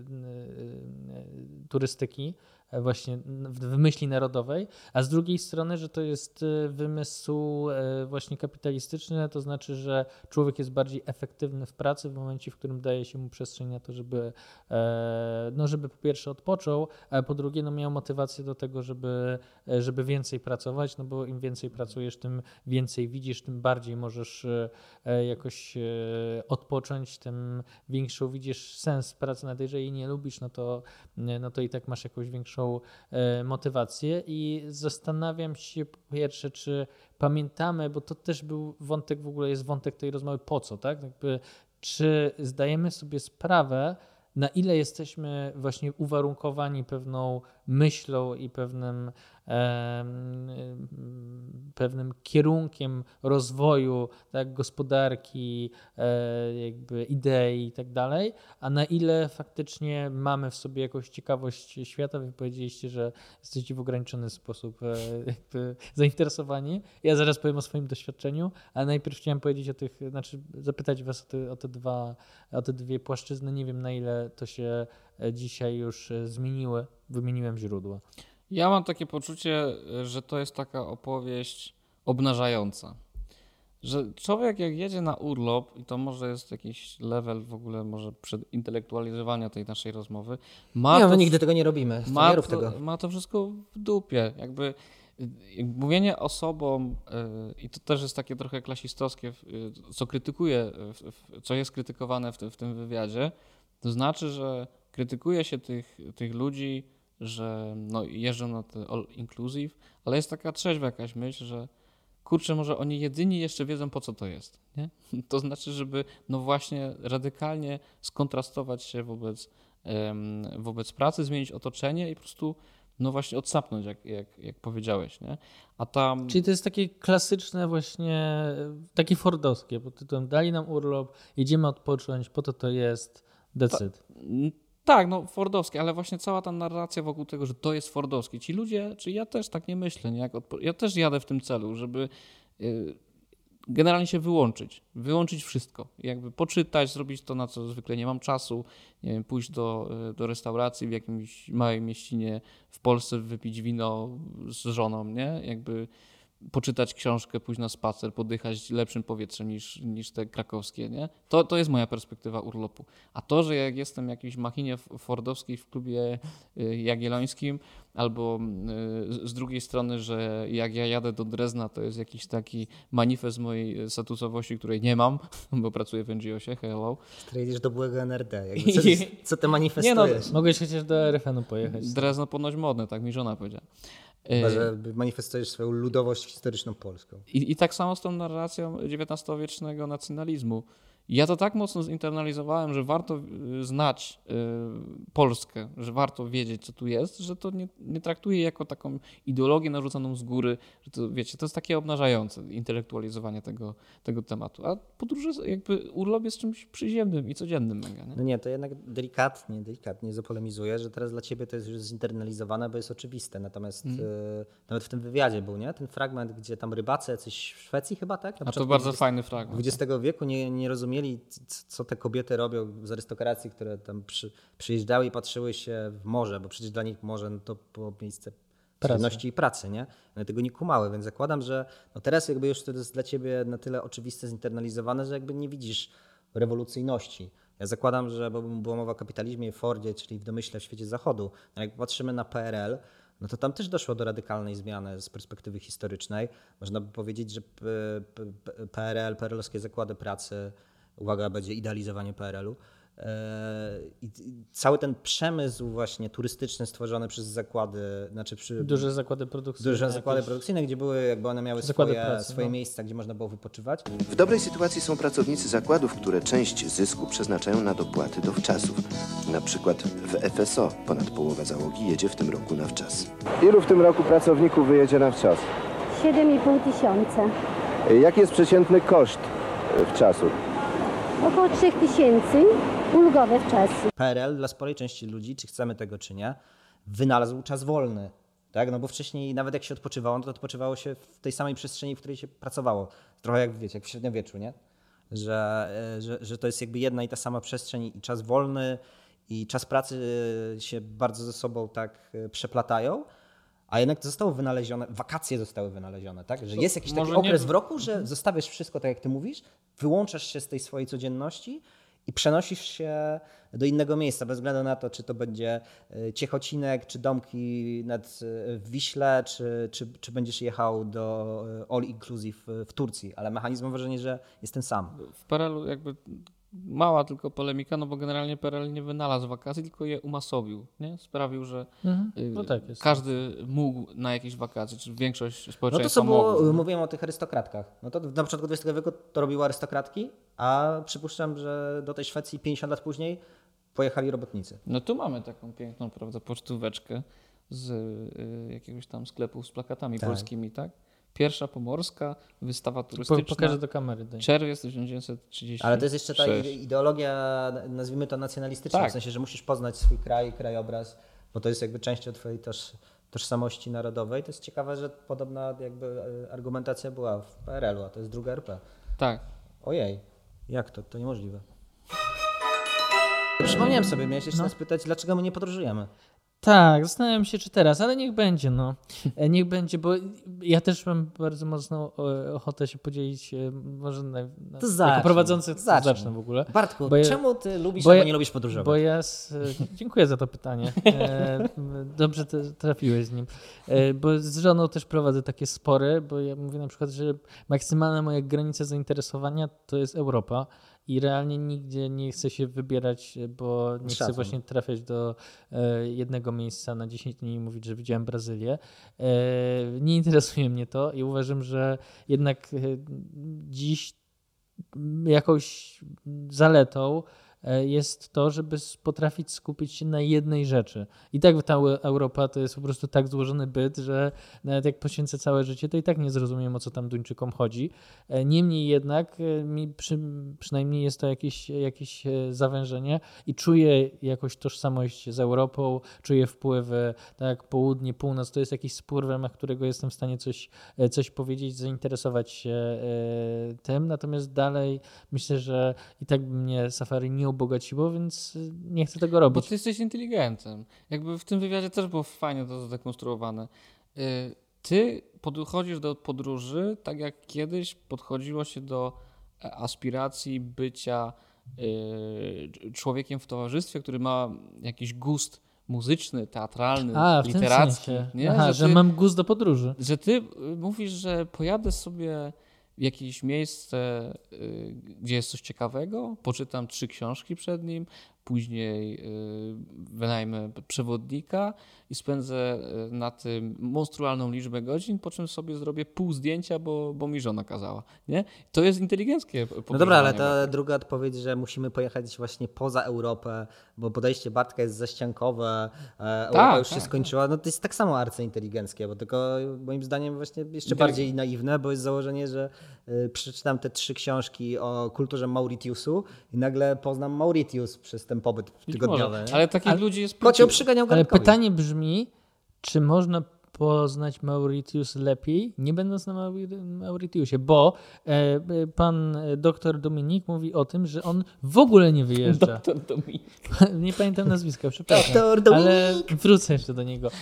e, turystyki, właśnie w myśli narodowej, a z drugiej strony, że to jest wymysł właśnie kapitalistyczny, to znaczy, że człowiek jest bardziej efektywny w pracy w momencie, w którym daje się mu przestrzeń na to, żeby, no żeby po pierwsze odpoczął, a po drugie no miał motywację do tego, żeby, żeby więcej pracować, no bo im więcej pracujesz, tym więcej widzisz, tym bardziej możesz jakoś odpocząć, tym większą widzisz sens pracy, nawet jeżeli jej nie lubisz, no to, no to i tak masz jakąś większą motywację i zastanawiam się po pierwsze, czy pamiętamy, bo to też był wątek, w ogóle jest wątek tej rozmowy, po co, tak? Jakby, czy zdajemy sobie sprawę, na ile jesteśmy właśnie uwarunkowani pewną myślą i pewnym, e, pewnym kierunkiem rozwoju, tak, gospodarki, e, jakby idei i tak dalej, a na ile faktycznie mamy w sobie jakąś ciekawość świata. Wy powiedzieliście, że jesteście w ograniczony sposób e, jakby zainteresowani. Ja zaraz powiem o swoim doświadczeniu, ale najpierw chciałem powiedzieć o tych, znaczy zapytać was o te, o te dwa, o te dwie płaszczyzny. Nie wiem, na ile to się dzisiaj już zmieniły. Wymieniłem źródła. Ja mam takie poczucie, że to jest taka opowieść obnażająca. Że człowiek jak jedzie na urlop, i to może jest jakiś level w ogóle może przedintelektualizowania tej naszej rozmowy, ma nie, to, my nigdy tego nie robimy. Ma nie rób to, tego. ma to wszystko w dupie. Jakby mówienie osobom, i to też jest takie trochę klasistowskie, co krytykuje, co jest krytykowane w tym, w tym wywiadzie, to znaczy, że krytykuje się tych, tych ludzi, że no, jeżdżą na te all inclusive, ale jest taka trzeźwa jakaś myśl, że kurczę, może oni jedyni jeszcze wiedzą, po co to jest. Nie? To znaczy, żeby no właśnie radykalnie skontrastować się wobec, um, wobec pracy, zmienić otoczenie i po prostu no właśnie odsapnąć, jak, jak, jak powiedziałeś. Nie? A tam... Czyli to jest takie klasyczne właśnie, takie fordowskie, pod tytułem dali nam urlop, jedziemy odpocząć, po to to jest, that's it. Tak, no fordowskie, ale właśnie cała ta narracja wokół tego, że to jest fordowskie. Ci ludzie, czy ja też tak nie myślę, nie? Jak odpo- ja też jadę w tym celu, żeby yy, generalnie się wyłączyć, wyłączyć wszystko. Jakby poczytać, zrobić to, na co zwykle nie mam czasu, nie wiem, pójść do, do restauracji w jakimś małej mieścinie w Polsce, wypić wino z żoną, nie? Jakby poczytać książkę, pójść na spacer, podychać lepszym powietrzem niż, niż te krakowskie, nie? To, to jest moja perspektywa urlopu. A to, że jak jestem w jakiejś machinie fordowskiej w klubie jagiellońskim, albo z drugiej strony, że jak ja jadę do Drezna, to jest jakiś taki manifest mojej statusowości, której nie mam, bo pracuję w N G O-sie, hello. Ty jedziesz do byłego N R D. Jakby co, co ty manifestujesz? Nie no, mogłeś chociaż do R F N-u pojechać. Drezno ponoć modne, tak mi żona powiedziała. Chyba, że manifestujesz swoją ludowość historyczną polską. I, I tak samo z tą narracją dziewiętnastowiecznego nacjonalizmu. Ja to tak mocno zinternalizowałem, że warto znać y, Polskę, że warto wiedzieć, co tu jest, że to nie, nie traktuję jako taką ideologię narzuconą z góry, że to, wiecie, to jest takie obnażające intelektualizowanie tego, tego tematu. A podróże, jakby urlop jest czymś przyziemnym i codziennym mega, nie? No nie, to jednak delikatnie, delikatnie zapolemizuję, że teraz dla ciebie to jest już zinternalizowane, bo jest oczywiste. Natomiast mm. y, nawet w tym wywiadzie był, nie? Ten fragment, gdzie tam rybacy jacyś w Szwecji chyba, tak? Na A to bardzo fajny fragment. dwudziestego wieku nie, nie rozumieli, co te kobiety robią z arystokracji, które tam przy, przyjeżdżały i patrzyły się w morze, bo przecież dla nich morze no to było miejsce przyjemności i pracy, nie? One tego nie kumały, więc zakładam, że no teraz jakby już to jest dla ciebie na tyle oczywiste, zinternalizowane, że jakby nie widzisz rewolucyjności. Ja zakładam, że bo była mowa o kapitalizmie i Fordzie, czyli w domyśle w świecie zachodu. No jak patrzymy na P R L, no to tam też doszło do radykalnej zmiany z perspektywy historycznej. Można by powiedzieć, że P R L, P R L-owskie zakłady pracy, uwaga, będzie idealizowanie P R L-u. I cały ten przemysł właśnie turystyczny stworzony przez zakłady, znaczy przy, duże zakłady produkcyjne. Duże zakłady jakieś... produkcyjne, gdzie były, jakby one miały swoje, pracy, swoje no. miejsca, gdzie można było wypoczywać. W dobrej sytuacji są pracownicy zakładów, które część zysku przeznaczają na dopłaty do wczasów. Na przykład w F S O ponad połowa załogi jedzie w tym roku na wczas. Ilu w tym roku pracowników wyjedzie na wczas? siedem i pół tysiąca. Jaki jest przeciętny koszt wczasu? Około trzy tysięcy, ulgowe wczasy. P R L dla sporej części ludzi, czy chcemy tego, czy nie, wynalazł czas wolny. Tak? No bo wcześniej nawet jak się odpoczywało, no to odpoczywało się w tej samej przestrzeni, w której się pracowało. Trochę jak, wiecie, jak w średniowieczu, nie? Że, że, że to jest jakby jedna i ta sama przestrzeń i czas wolny i czas pracy się bardzo ze sobą tak przeplatają. A jednak zostało wynalezione, wakacje zostały wynalezione, tak? Że jest jakiś taki okres nie... w roku, że zostawiasz wszystko tak jak ty mówisz, wyłączasz się z tej swojej codzienności i przenosisz się do innego miejsca, bez względu na to, czy to będzie Ciechocinek, czy domki nad w Wiśle, czy, czy, czy będziesz jechał do All Inclusive w Turcji, ale mechanizm mam wrażenie, że jest ten sam. W P R L-u jakby mała tylko polemika, no bo generalnie P R L nie wynalazł wakacji, tylko je umasowił, nie? Sprawił, że mhm. no tak jest. Każdy mógł na jakieś wakacje, czy większość społeczeństwa mogło. No to co było, mogło. mówiłem o tych arystokratkach. No to na początku dwudziestego wieku to robiły arystokratki, a przypuszczam, że do tej Szwecji pięćdziesiąt lat później pojechali robotnicy. No tu mamy taką piękną, prawda, pocztóweczkę z y, jakiegoś tam sklepu z plakatami tak. polskimi, tak? Pierwsza pomorska, wystawa turystyczna. Pokażę do kamery. Daj. Czerwiec tysiąc dziewięćset trzydziesty. Ale to jest jeszcze ta ideologia, nazwijmy to nacjonalistyczna, tak. w sensie, że musisz poznać swój kraj, krajobraz, bo to jest jakby częścią twojej toż, tożsamości narodowej. To jest ciekawe, że podobna jakby argumentacja była w P R L-u, a to jest druga R P. Tak. Ojej, jak to? To niemożliwe. Przypomniałem sobie, miałeś jeszcze no. nas pytać, dlaczego my nie podróżujemy. Tak, zastanawiam się, czy teraz, ale niech będzie, no. Niech będzie, bo ja też mam bardzo mocną ochotę się podzielić, może na, na, to zacznę, jako prowadzący, zacznę. zacznę w ogóle. Bartku, bo czemu ja, ty lubisz albo ja, nie lubisz podróżować? Bo ja, dziękuję za to pytanie. Dobrze trafiłeś z nim. Bo z żoną też prowadzę takie spory, bo ja mówię na przykład, że maksymalna moja granica zainteresowania to jest Europa. I realnie nigdzie nie chcę się wybierać, bo nie chcę właśnie trafiać do jednego miejsca na dziesięć dni i mówić, że widziałem Brazylię. Nie interesuje mnie to i uważam, że jednak dziś jakąś zaletą jest to, żeby potrafić skupić się na jednej rzeczy. I tak ta Europa to jest po prostu tak złożony byt, że nawet jak poświęcę całe życie, to i tak nie zrozumiem, o co tam Duńczykom chodzi. Niemniej jednak mi przy, przynajmniej jest to jakieś, jakieś zawężenie i czuję jakąś tożsamość z Europą, czuję wpływy, tak jak południe, północ, to jest jakiś spór, w ramach którego jestem w stanie coś, coś powiedzieć, zainteresować się tym. Natomiast dalej myślę, że i tak by mnie safari nie ubogaciło, więc nie chcę tego robić. Bo ty jesteś inteligentem. Jakby w tym wywiadzie też było fajnie to zdekonstruowane. ty podchodzisz do podróży tak jak kiedyś podchodziło się do aspiracji bycia y, człowiekiem w towarzystwie, który ma jakiś gust muzyczny, teatralny, A, w literacki. Tym sensie. Nie? Aha, że, że ty, mam gust do podróży. że ty mówisz, że pojadę sobie w jakieś miejsce, y, gdzie jest coś ciekawego, poczytam trzy książki przed nim, później y, wynajmę przewodnika i spędzę y, na tym monstrualną liczbę godzin, po czym sobie zrobię pół zdjęcia, bo, bo mi żona kazała. Nie? To jest inteligenckie. No dobra, ale ta druga odpowiedź, że musimy pojechać właśnie poza Europę, bo podejście Bartka jest zaściankowe, e, Europa Tak, już tak, się skończyła, no to jest tak samo arcyinteligenckie, bo tylko moim zdaniem właśnie jeszcze Inteligent- bardziej naiwne, bo jest założenie, że y, przeczytam te trzy książki o kulturze Mauritiusu i nagle poznam Mauritius przez ten pobyt tygodniowy. Może, nie? ale takich Ale- ludzi jest Kocioł przyganiał Ale garnkowi. pytanie brzmi, czy można poznać Mauritius lepiej, nie będąc na Mauri- Mauritiusie, bo e, e, pan doktor Dominik mówi o tym, że on w ogóle nie wyjeżdża. Doktor Dominik. Nie pamiętam nazwiska, przepraszam. Doktor Dominik! Ale wrócę jeszcze do niego.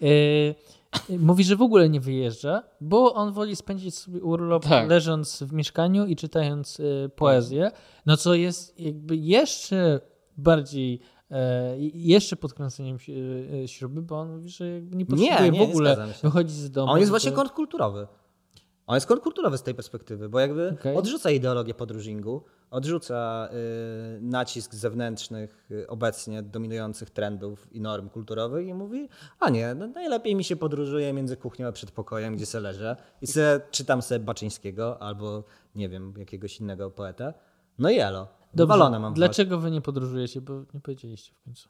E, mówi, że w ogóle nie wyjeżdża, bo on woli spędzić sobie urlop Tak. leżąc w mieszkaniu i czytając e, poezję, no co jest jakby jeszcze bardziej e, jeszcze podkręceniem si- e, śruby, bo on mówi, że jakby nie potrzebuje Nie, nie, w nie ogóle zgadzam się. wychodzić z domu. On jest tylko- właśnie kontrkulturowy. On jest kontrkulturowy z tej perspektywy, bo jakby Okej. odrzuca ideologię podróżingu, odrzuca y, nacisk zewnętrznych, y, obecnie dominujących trendów i norm kulturowych i mówi, a nie, no najlepiej mi się podróżuje między kuchnią a przedpokojem, gdzie se leżę i se, czytam sobie Baczyńskiego albo nie wiem, jakiegoś innego poetę. No i elo. Wywalone mam w Dlaczego wy nie podróżujecie? Bo nie powiedzieliście w końcu.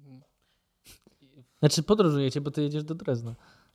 Znaczy podróżujecie, bo ty jedziesz do Drezna.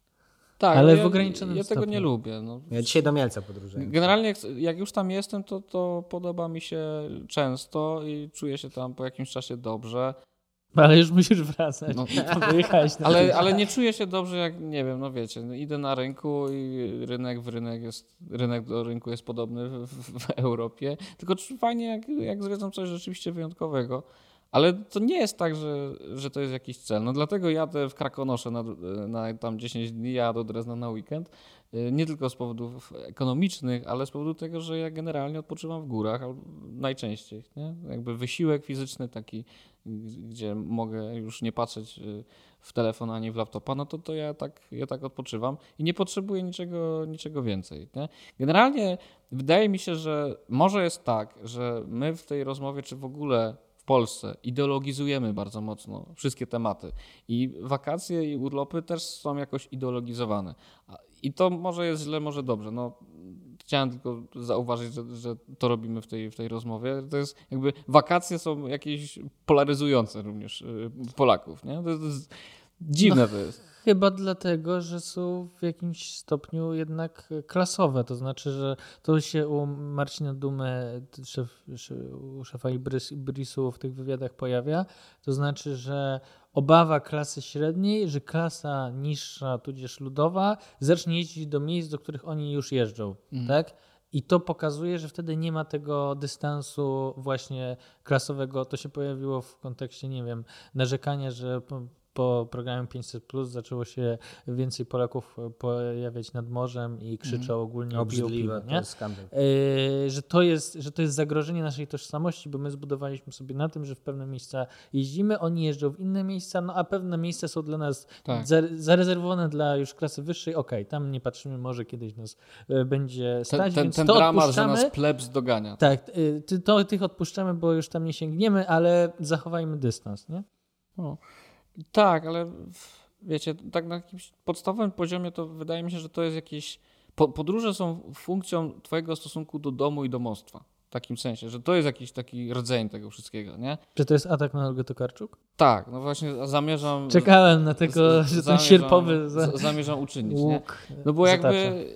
Tak, Ale ja, w ograniczonym Ja tego stopniu. nie lubię. No. Ja dzisiaj do Mielca podróżuję. Generalnie jak, jak już tam jestem, to, to podoba mi się często i czuję się tam po jakimś czasie dobrze. Ale już musisz wracać. No. No. Wyjechałeś na Ale, ale nie czuję się dobrze, jak nie wiem, no wiecie, no idę na rynku i rynek w rynek jest, rynek do rynku jest podobny w, w, w Europie. Tylko czy- fajnie, jak, jak zwiedzam coś rzeczywiście wyjątkowego. Ale to nie jest tak, że, że to jest jakiś cel. No dlatego jadę w Krakonosze na, na tam dziesięć dni, ja do Drezna na weekend. Nie tylko z powodów ekonomicznych, ale z powodu tego, że ja generalnie odpoczywam w górach, albo najczęściej. Nie? Jakby wysiłek fizyczny taki, gdzie mogę już nie patrzeć w telefon ani w laptopa, no to, to ja, tak, ja tak odpoczywam i nie potrzebuję niczego, niczego więcej. Nie? Generalnie wydaje mi się, że może jest tak, że my w tej rozmowie, czy w ogóle w Polsce ideologizujemy bardzo mocno wszystkie tematy i wakacje i urlopy też są jakoś ideologizowane. A- I to może jest źle, może dobrze. No, chciałem tylko zauważyć, że, że to robimy w tej, w tej rozmowie. To jest jakby wakacje są jakieś polaryzujące również y, Polaków. Nie? To jest, to jest dziwne to jest. Chyba dlatego, że są w jakimś stopniu jednak klasowe. To znaczy, że to się u Marcina Dumy, szef, szef, u szefa Ibrys- Ibrisu w tych wywiadach pojawia. To znaczy, że obawa klasy średniej, że klasa niższa, tudzież ludowa, zacznie jeździć do miejsc, do których oni już jeżdżą. Mhm. Tak? I to pokazuje, że wtedy nie ma tego dystansu właśnie klasowego. To się pojawiło w kontekście, nie wiem, narzekania, że po, po programie pięćset plus zaczęło się więcej Polaków pojawiać nad morzem i krzyczą ogólnie o piwo, Obrzydliwe, piwo, to nie? jest skandal. Yy, że, to jest, że to jest zagrożenie naszej tożsamości, bo my zbudowaliśmy sobie na tym, że w pewne miejsca jeździmy, oni jeżdżą w inne miejsca, no a pewne miejsca są dla nas Tak. za, zarezerwowane dla już klasy wyższej. Okej, tam nie patrzymy, może kiedyś nas y, będzie Ten, stać, ten, więc ten to dramat, że odpuszczamy. nas plebs dogania. Tak, y, ty- to tych odpuszczamy, bo już tam nie sięgniemy, ale zachowajmy dystans, nie? O. Tak, ale w- wiecie, tak na jakimś podstawowym poziomie to wydaje mi się, że to jest jakieś... Po, podróże są funkcją twojego stosunku do domu i domostwa. W takim sensie, że to jest jakiś taki rdzeń tego wszystkiego, nie? Czy to jest atak na Olgę Tokarczuk? Tak, no właśnie zamierzam... Czekałem na tego, z- że ten zamierzam- sierpowy za... z- Zamierzam uczynić, nie? łuk No bo zatacza. jakby...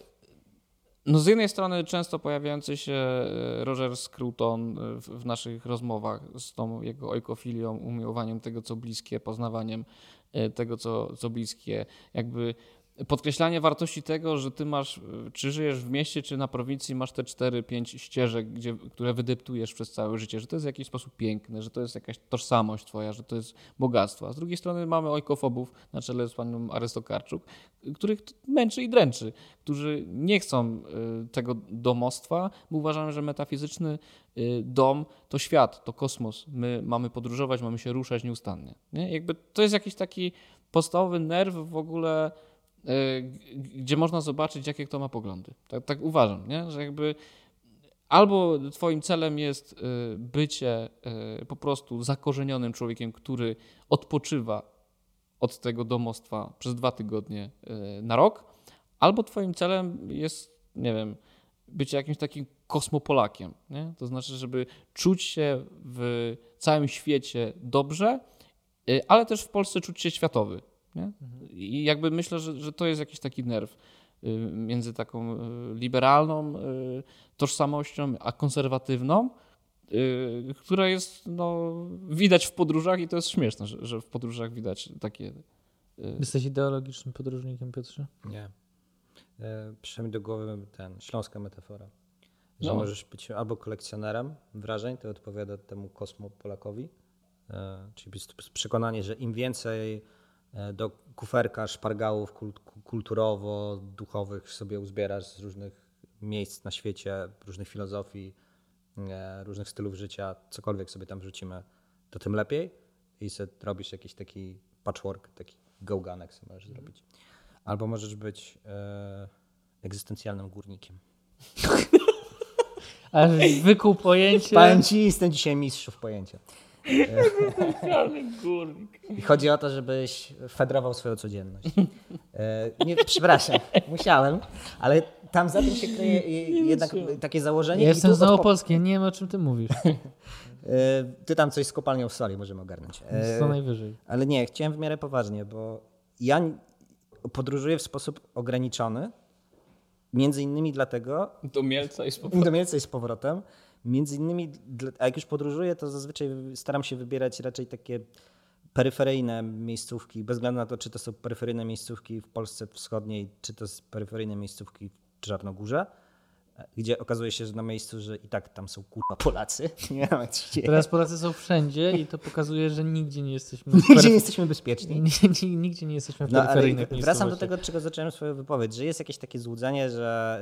No z jednej strony często pojawiający się e, Roger Scruton e, w, w naszych rozmowach z tą jego ojkofilią, umiłowaniem tego, co bliskie, poznawaniem e, tego, co, co bliskie, jakby podkreślanie wartości tego, że ty masz, czy żyjesz w mieście, czy na prowincji, masz te cztery, pięć ścieżek, gdzie, które wydeptujesz przez całe życie, że to jest w jakiś sposób piękne, że to jest jakaś tożsamość twoja, że to jest bogactwo. A z drugiej strony mamy ojkofobów na czele z panią Arystokarczuk, których męczy i dręczy, którzy nie chcą tego domostwa, bo uważają, że metafizyczny dom to świat, to kosmos. My mamy podróżować, mamy się ruszać nieustannie. Nie? Jakby to jest jakiś taki podstawowy nerw w ogóle, gdzie można zobaczyć, jakie kto ma poglądy. Tak, tak uważam, nie? Że jakby albo twoim celem jest bycie po prostu zakorzenionym człowiekiem, który odpoczywa od tego domostwa przez dwa tygodnie na rok, albo twoim celem jest, nie wiem, bycie jakimś takim kosmopolakiem. Nie? To znaczy, żeby czuć się w całym świecie dobrze, ale też w Polsce czuć się światowy. Nie? I jakby myślę, że, że to jest jakiś taki nerw między taką liberalną tożsamością, a konserwatywną, która jest, no, widać w podróżach i to jest śmieszne, że, że w podróżach widać takie... Jesteś ideologicznym podróżnikiem, Piotrze? Nie. Przyszła mi do głowy ten, śląska metafora, że No. możesz być albo kolekcjonerem wrażeń, to odpowiada temu kosmopolakowi, czyli przekonanie, że im więcej do kuferka szpargałów kulturowo, duchowych sobie uzbierasz z różnych miejsc na świecie, różnych filozofii, różnych stylów życia, cokolwiek sobie tam wrzucimy, to tym lepiej i sobie robisz jakiś taki patchwork, taki gałganek sobie możesz zrobić. Albo możesz być e, egzystencjalnym górnikiem. Aż wykuł pojęcie. Powiem ci, jestem dzisiaj mistrzów pojęcia. Egzystencjalny górnik. I chodzi o to, żebyś fedrował swoją codzienność. E, nie, przepraszam, musiałem, ale tam za tym się kryje jednak takie założenie. Ja jestem z odpo- Małopolski, ja nie wiem, o czym ty mówisz. E, ty tam coś z kopalnią w soli możemy ogarnąć. E, Co najwyżej. Ale nie, chciałem w miarę poważnie, bo ja podróżuję w sposób ograniczony, między innymi dlatego... Do Mielca i z powrotem. Do Mielca i z powrotem. Między innymi, a jak już podróżuję, to zazwyczaj staram się wybierać raczej takie peryferyjne miejscówki, bez względu na to, czy to są peryferyjne miejscówki w Polsce Wschodniej, czy to są peryferyjne miejscówki w Czarnogórze, gdzie okazuje się, że na miejscu, że i tak tam są kurwa Polacy. Nie, teraz Polacy są wszędzie i to pokazuje, że nigdzie nie jesteśmy nigdzie nie jesteśmy bezpieczni. Nigdzie nie jesteśmy w no, peryferyjnych ale wracam do tego, czego zacząłem swoją wypowiedź, że jest jakieś takie złudzenie, że,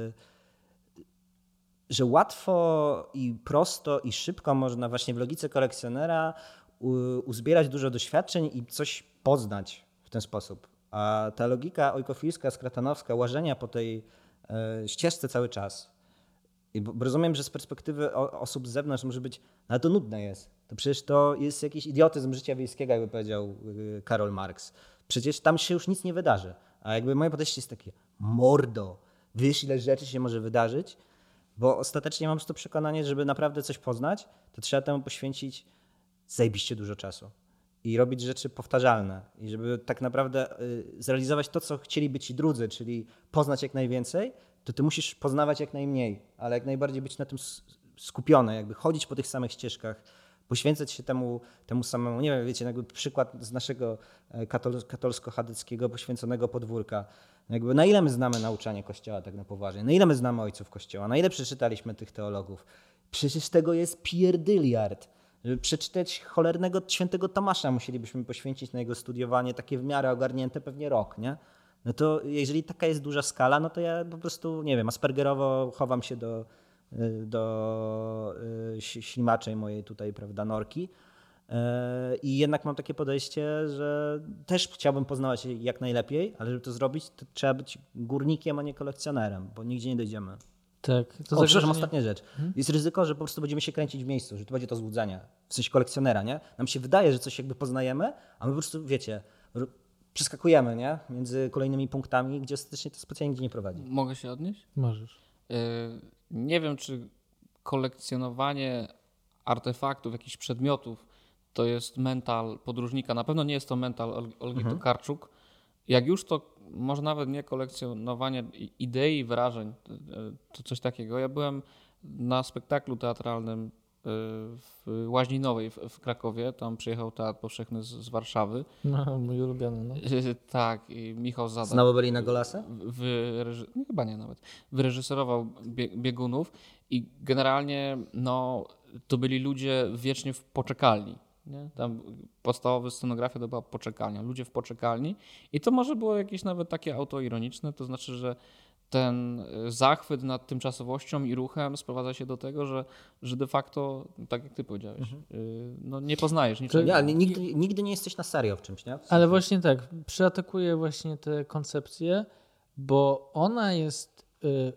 yy, że łatwo i prosto i szybko można właśnie w logice kolekcjonera u, uzbierać dużo doświadczeń i coś poznać w ten sposób. A ta logika ojkofilska, skratanowska, łażenia po tej ścieżce cały czas. I rozumiem, że z perspektywy osób z zewnątrz może być, no ale to nudne jest. To przecież to jest jakiś idiotyzm życia wiejskiego, jakby powiedział Karol Marx. Przecież tam się już nic nie wydarzy. A jakby moje podejście jest takie, mordo, wiesz ile rzeczy się może wydarzyć? Bo ostatecznie mam to przekonanie, żeby naprawdę coś poznać, to trzeba temu poświęcić zajebiście dużo czasu. I robić rzeczy powtarzalne. I żeby tak naprawdę zrealizować to, co chcieliby ci drudzy, czyli poznać jak najwięcej, to ty musisz poznawać jak najmniej, ale jak najbardziej być na tym skupiony, jakby chodzić po tych samych ścieżkach, poświęcać się temu, temu samemu. Nie wiem, wiecie, jakby przykład z naszego katol- katolsko-chadeckiego poświęconego podwórka. Jakby na ile my znamy nauczanie Kościoła tak na poważnie, na ile my znamy ojców Kościoła, na ile przeczytaliśmy tych teologów. Przecież tego jest pierdyliard. Żeby przeczytać cholernego świętego Tomasza, musielibyśmy poświęcić na jego studiowanie takie w miarę ogarnięte pewnie rok, nie? No to jeżeli taka jest duża skala, no to ja po prostu, nie wiem, aspergerowo chowam się do, do ślimaczej mojej tutaj, prawda, norki. I jednak mam takie podejście, że też chciałbym poznawać jak najlepiej, ale żeby to zrobić, to trzeba być górnikiem, a nie kolekcjonerem, bo nigdzie nie dojdziemy. Tak. To o, przepraszam, ostatnia rzecz. Hmm? Jest ryzyko, że po prostu będziemy się kręcić w miejscu, że to będzie to złudzenie, w sensie kolekcjonera, nie? Nam się wydaje, że coś jakby poznajemy, a my po prostu, wiecie, przeskakujemy, nie? Między kolejnymi punktami, gdzie ostatecznie to specjalnie nigdzie nie prowadzi. Mogę się odnieść? Możesz. Yy, nie wiem, czy kolekcjonowanie artefaktów, jakichś przedmiotów to jest mental podróżnika. Na pewno nie jest to mental Olgi mhm. Tokarczuk. Jak już to może nawet nie kolekcjonowanie idei, wrażeń, to coś takiego. Ja byłem na spektaklu teatralnym w Łaźninowej w, w Krakowie. Tam przyjechał Teatr Powszechny z, z Warszawy. No, mój ulubiony. No. Tak, i Michał Zadak. Znowu byli na Golasa? Wyreży... Nie, chyba nie nawet. Wyreżyserował bie- biegunów i generalnie no, to byli ludzie wiecznie w poczekalni. Nie? Tam podstawowa scenografia to była poczekalnia. Ludzie w poczekalni i to może było jakieś nawet takie autoironiczne, to znaczy, że ten zachwyt nad tymczasowością i ruchem sprowadza się do tego, że, że de facto, tak jak ty powiedziałeś, mhm. no nie poznajesz niczego. Nie, ale nigdy, nigdy nie jesteś na serio w czymś, nie? W sensie. Ale właśnie tak, przyatakuję właśnie tę koncepcję, bo ona jest y,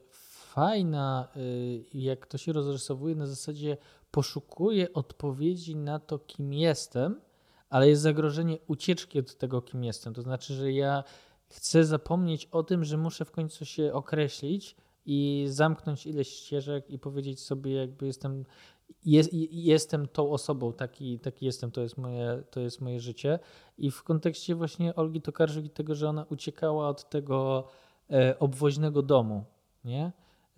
fajna, y, jak to się rozrysowuje, na zasadzie poszukuję odpowiedzi na to, kim jestem, ale jest zagrożenie ucieczki od tego, kim jestem. To znaczy, że ja chcę zapomnieć o tym, że muszę w końcu się określić i zamknąć ileś ścieżek i powiedzieć sobie, jakby jestem, jest, jestem tą osobą, taki, taki jestem, to jest, moje, to jest moje życie. I w kontekście właśnie Olgi Tokarczuk i tego, że ona uciekała od tego e, obwoźnego domu, nie?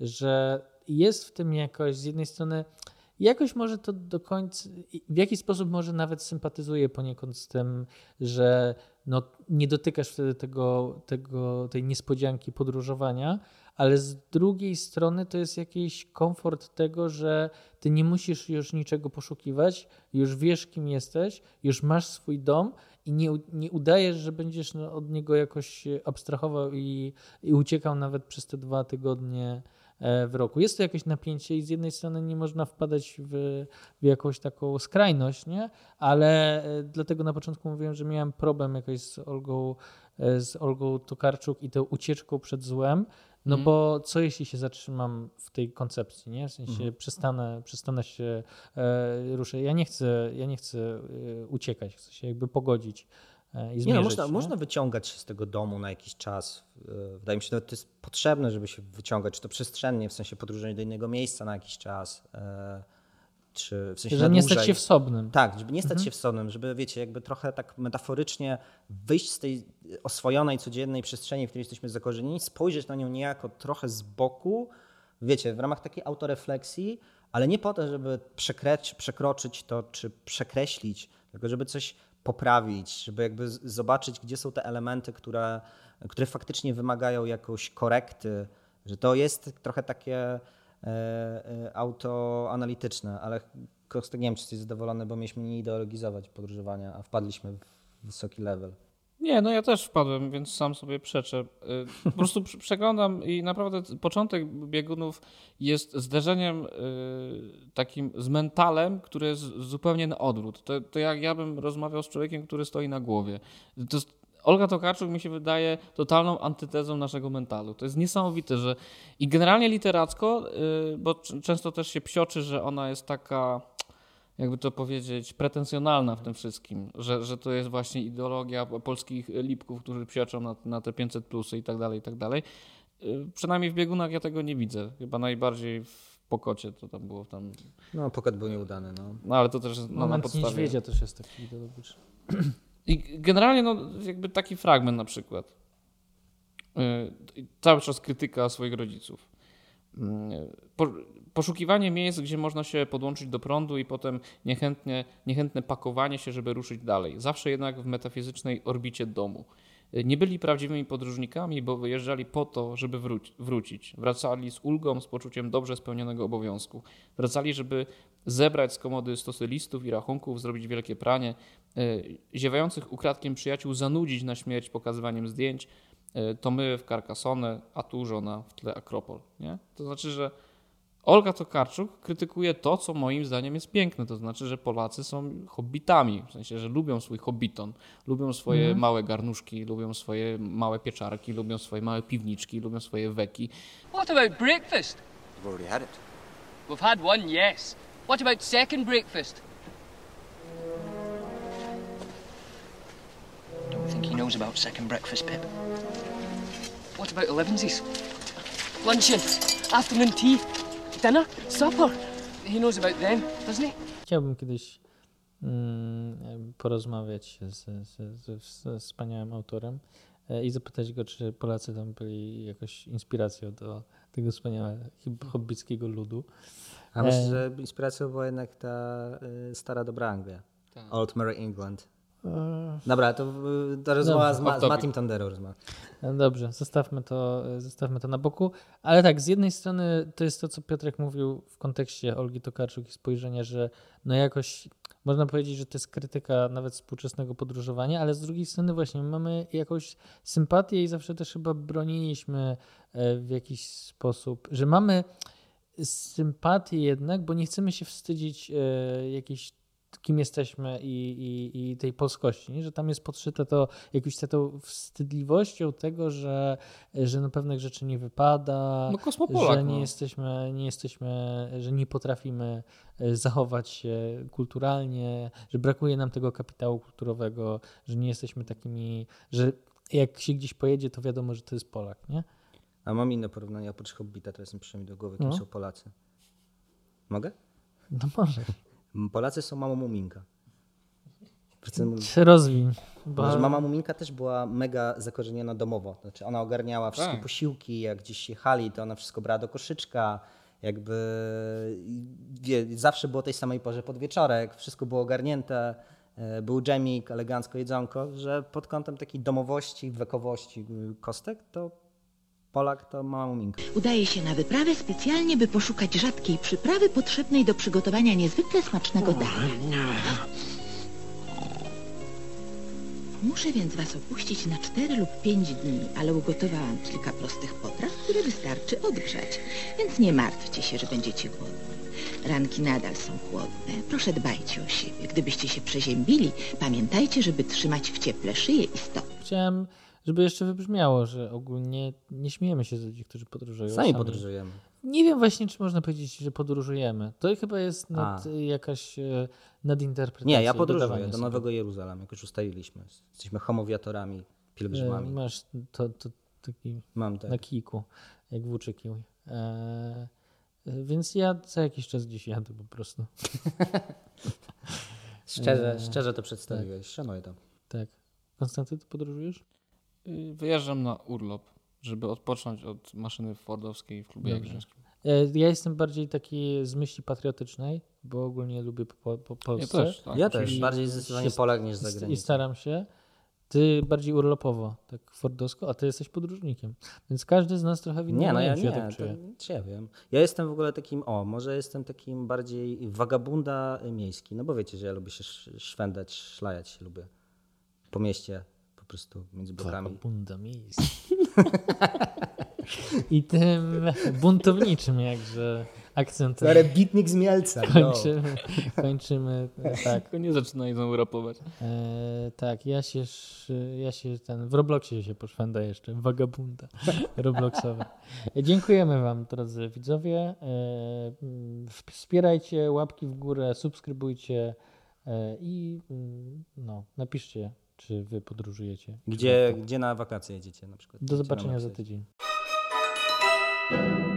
Że jest w tym jakoś z jednej strony, jakoś może to do końca, w jakiś sposób może nawet sympatyzuję poniekąd z tym, że no, nie dotykasz wtedy tego, tego, tej niespodzianki podróżowania, ale z drugiej strony to jest jakiś komfort tego, że ty nie musisz już niczego poszukiwać, już wiesz, kim jesteś, już masz swój dom i nie, nie udajesz, że będziesz no, od niego jakoś abstrahował i, i uciekał nawet przez te dwa tygodnie w roku. Jest to jakieś napięcie i z jednej strony nie można wpadać w, w jakąś taką skrajność, nie? Ale dlatego na początku mówiłem, że miałem problem jakoś z Olgą, z Olgą Tokarczuk i tą ucieczką przed złem, no mm. bo co jeśli się zatrzymam w tej koncepcji, nie? W sensie mm. przestanę, przestanę się e, ruszyć. Ja nie chcę, ja nie chcę e, uciekać, chcę się jakby pogodzić. I zmierzyć, nie, no, można, nie? można wyciągać się z tego domu na jakiś czas. Wydaje mi się, że to jest potrzebne, żeby się wyciągać, czy to przestrzennie, w sensie podróżowania do innego miejsca na jakiś czas, czy w sensie że na nie dłużej. stać się wsobnym. Tak, żeby nie stać mhm. się wsobnym, żeby, wiecie, jakby trochę tak metaforycznie wyjść z tej oswojonej, codziennej przestrzeni, w której jesteśmy zakorzenieni, spojrzeć na nią niejako trochę z boku, wiecie, w ramach takiej autorefleksji, ale nie po to, żeby przekreć, przekroczyć to, czy przekreślić, tylko żeby coś poprawić, żeby jakby zobaczyć, gdzie są te elementy, które, które faktycznie wymagają jakiejś korekty, że to jest trochę takie e, e, autoanalityczne, ale Kostek, nie wiem, czy jesteś zadowolony, bo mieliśmy nie ideologizować podróżowania, a wpadliśmy w wysoki level. Nie, no ja też wpadłem, więc sam sobie przeczę. Po prostu przeglądam i naprawdę początek biegunów jest zderzeniem takim z mentalem, który jest zupełnie na odwrót. To, to jak ja bym rozmawiał z człowiekiem, który stoi na głowie. To jest, Olga Tokarczuk mi się wydaje totalną antytezą naszego mentalu. To jest niesamowite, że i generalnie literacko, bo często też się psioczy, że ona jest taka, jakby to powiedzieć, pretensjonalna w tym wszystkim, że, że to jest właśnie ideologia polskich lipków, którzy psioczą na, na te pięćset plusy i tak dalej, i tak dalej. Przynajmniej w biegunach ja tego nie widzę. Chyba najbardziej w Pokocie to tam było tam. No, Pokot był nieudany, no. No ale to też no, na podstawie. Niedźwiedzia też jest taki ideologiczny. I generalnie no, jakby taki fragment na przykład. Yy, cały czas krytyka swoich rodziców. Po, poszukiwanie miejsc, gdzie można się podłączyć do prądu i potem niechętnie, niechętne pakowanie się, żeby ruszyć dalej. Zawsze jednak w metafizycznej orbicie domu. Nie byli prawdziwymi podróżnikami, bo wyjeżdżali po to, żeby wróci, wrócić. Wracali z ulgą, z poczuciem dobrze spełnionego obowiązku. Wracali, żeby zebrać z komody stosy listów i rachunków, zrobić wielkie pranie, ziewających ukradkiem przyjaciół zanudzić na śmierć pokazywaniem zdjęć. To my w Carcassonne, a tu żona w tle Akropol. Nie? To znaczy, że Olga Tokarczuk krytykuje to, co moim zdaniem jest piękne. To znaczy, że Polacy są hobbitami, w sensie, że lubią swój hobbiton, lubią swoje mm. małe garnuszki, lubią swoje małe pieczarki, lubią swoje małe piwniczki, lubią swoje weki. What about breakfast? You've already had it. We've had one, yes. What about second breakfast? Don't think he knows about second breakfast, Pip. What about elevensies? Luncheon, afternoon tea, dinner, supper. He knows about them, doesn't he? Chciałbym kiedyś mm, porozmawiać z, z, z, z wspaniałym autorem i zapytać go, czy Polacy tam byli jakąś inspiracją do tego wspaniałego hobbickiego ludu. A myślę, że inspiracją była jednak ta y, stara dobra Anglia. Tak. Old Merry England. Dobra, to, to rozmowa z, Ma, z Mattim Tondero. Dobrze, zostawmy to, zostawmy to na boku. Ale tak, z jednej strony to jest to, co Piotrek mówił w kontekście Olgi Tokarczuk i spojrzenia, że no jakoś można powiedzieć, że to jest krytyka nawet współczesnego podróżowania, ale z drugiej strony właśnie mamy jakąś sympatię i zawsze też chyba broniliśmy w jakiś sposób, że mamy sympatię jednak, bo nie chcemy się wstydzić jakiejś kim jesteśmy i, i, i tej polskości, nie? Że tam jest podszyte to jakąś tą wstydliwością tego, że, że no pewnych rzeczy nie wypada, no kosmopolak, że nie, no. jesteśmy, nie jesteśmy, że nie potrafimy zachować się kulturalnie, że brakuje nam tego kapitału kulturowego, że nie jesteśmy takimi, że jak się gdzieś pojedzie, to wiadomo, że to jest Polak, nie? A mam inne porównanie oprócz Hobbita, teraz mi przyszło mi do głowy, kim no. są Polacy. Mogę? No może. Polacy są mamą Muminka. Się rozwiń. Bo... Mama Muminka też była mega zakorzeniona domowo. Znaczy ona ogarniała wszystkie tak. posiłki, jak gdzieś jechali, to ona wszystko brała do koszyczka. Jakby wie, zawsze było tej samej porze podwieczorek, wszystko było ogarnięte. Był dżemik, elegancko jedzonko, że pod kątem takiej domowości, wekowości kostek to Polak to mama Muminka. Udaje się na wyprawę specjalnie, by poszukać rzadkiej przyprawy potrzebnej do przygotowania niezwykle smacznego dania. Muszę więc was opuścić na cztery lub pięć dni, ale ugotowałam kilka prostych potraw, które wystarczy odgrzać. Więc nie martwcie się, że będziecie głodni. Ranki nadal są chłodne. Proszę dbajcie o siebie. Gdybyście się przeziębili, pamiętajcie, żeby trzymać w cieple szyję i stopy. Chciałem, żeby jeszcze wybrzmiało, że ogólnie nie śmiejemy się z ludzi, którzy podróżują. Sami, sami podróżujemy. Nie wiem właśnie, czy można powiedzieć, że podróżujemy. To chyba jest nad, jakaś nadinterpretacja. Nie, ja podróżuję do Nowego Jeruzalem, jak już ustaliliśmy. Jesteśmy homowiatorami, pielgrzymami. Masz to, to taki Mam tak. na kijku, jak włóczyk. Eee, więc ja co jakiś czas gdzieś jadę po prostu. szczerze, eee, szczerze to przedstawiłeś. Tak. Szanuję to. Tak. Konstanty, ty podróżujesz? Wyjeżdżam na urlop, żeby odpocząć od maszyny fordowskiej w klubie jagiellońskim. Ja jestem bardziej taki z myśli patriotycznej, bo ogólnie lubię po, po Polsce. Ja też, tak. Ja też. Bardziej zdecydowanie Polak niż zagranicą. I staram się. Ty bardziej urlopowo, tak fordowsko, a ty jesteś podróżnikiem. Więc każdy z nas trochę w innym Nie, no ja nie, ja tak to, czy ja wiem. Ja jestem w ogóle takim, o, może jestem takim bardziej wagabunda miejski. No bo wiecie, że ja lubię się szwendać, szlajać się lubię po mieście. Po prostu między blokami. Wagabunda miejski. I tym buntowniczym jakże akcentem. Ale bitnik z Mielca. Kończymy, no. kończymy tak. Nie zaczynaj znowu rapować. E, tak, ja się, ja się ten, w Robloxie się poszwęda jeszcze, wagabunda Robloxowa. Dziękujemy wam, drodzy widzowie. E, wspierajcie, łapki w górę, subskrybujcie e, i no, napiszcie, czy wy podróżujecie. Gdzie, gdzie na wakacje jedziecie na przykład? Do zobaczenia za tydzień.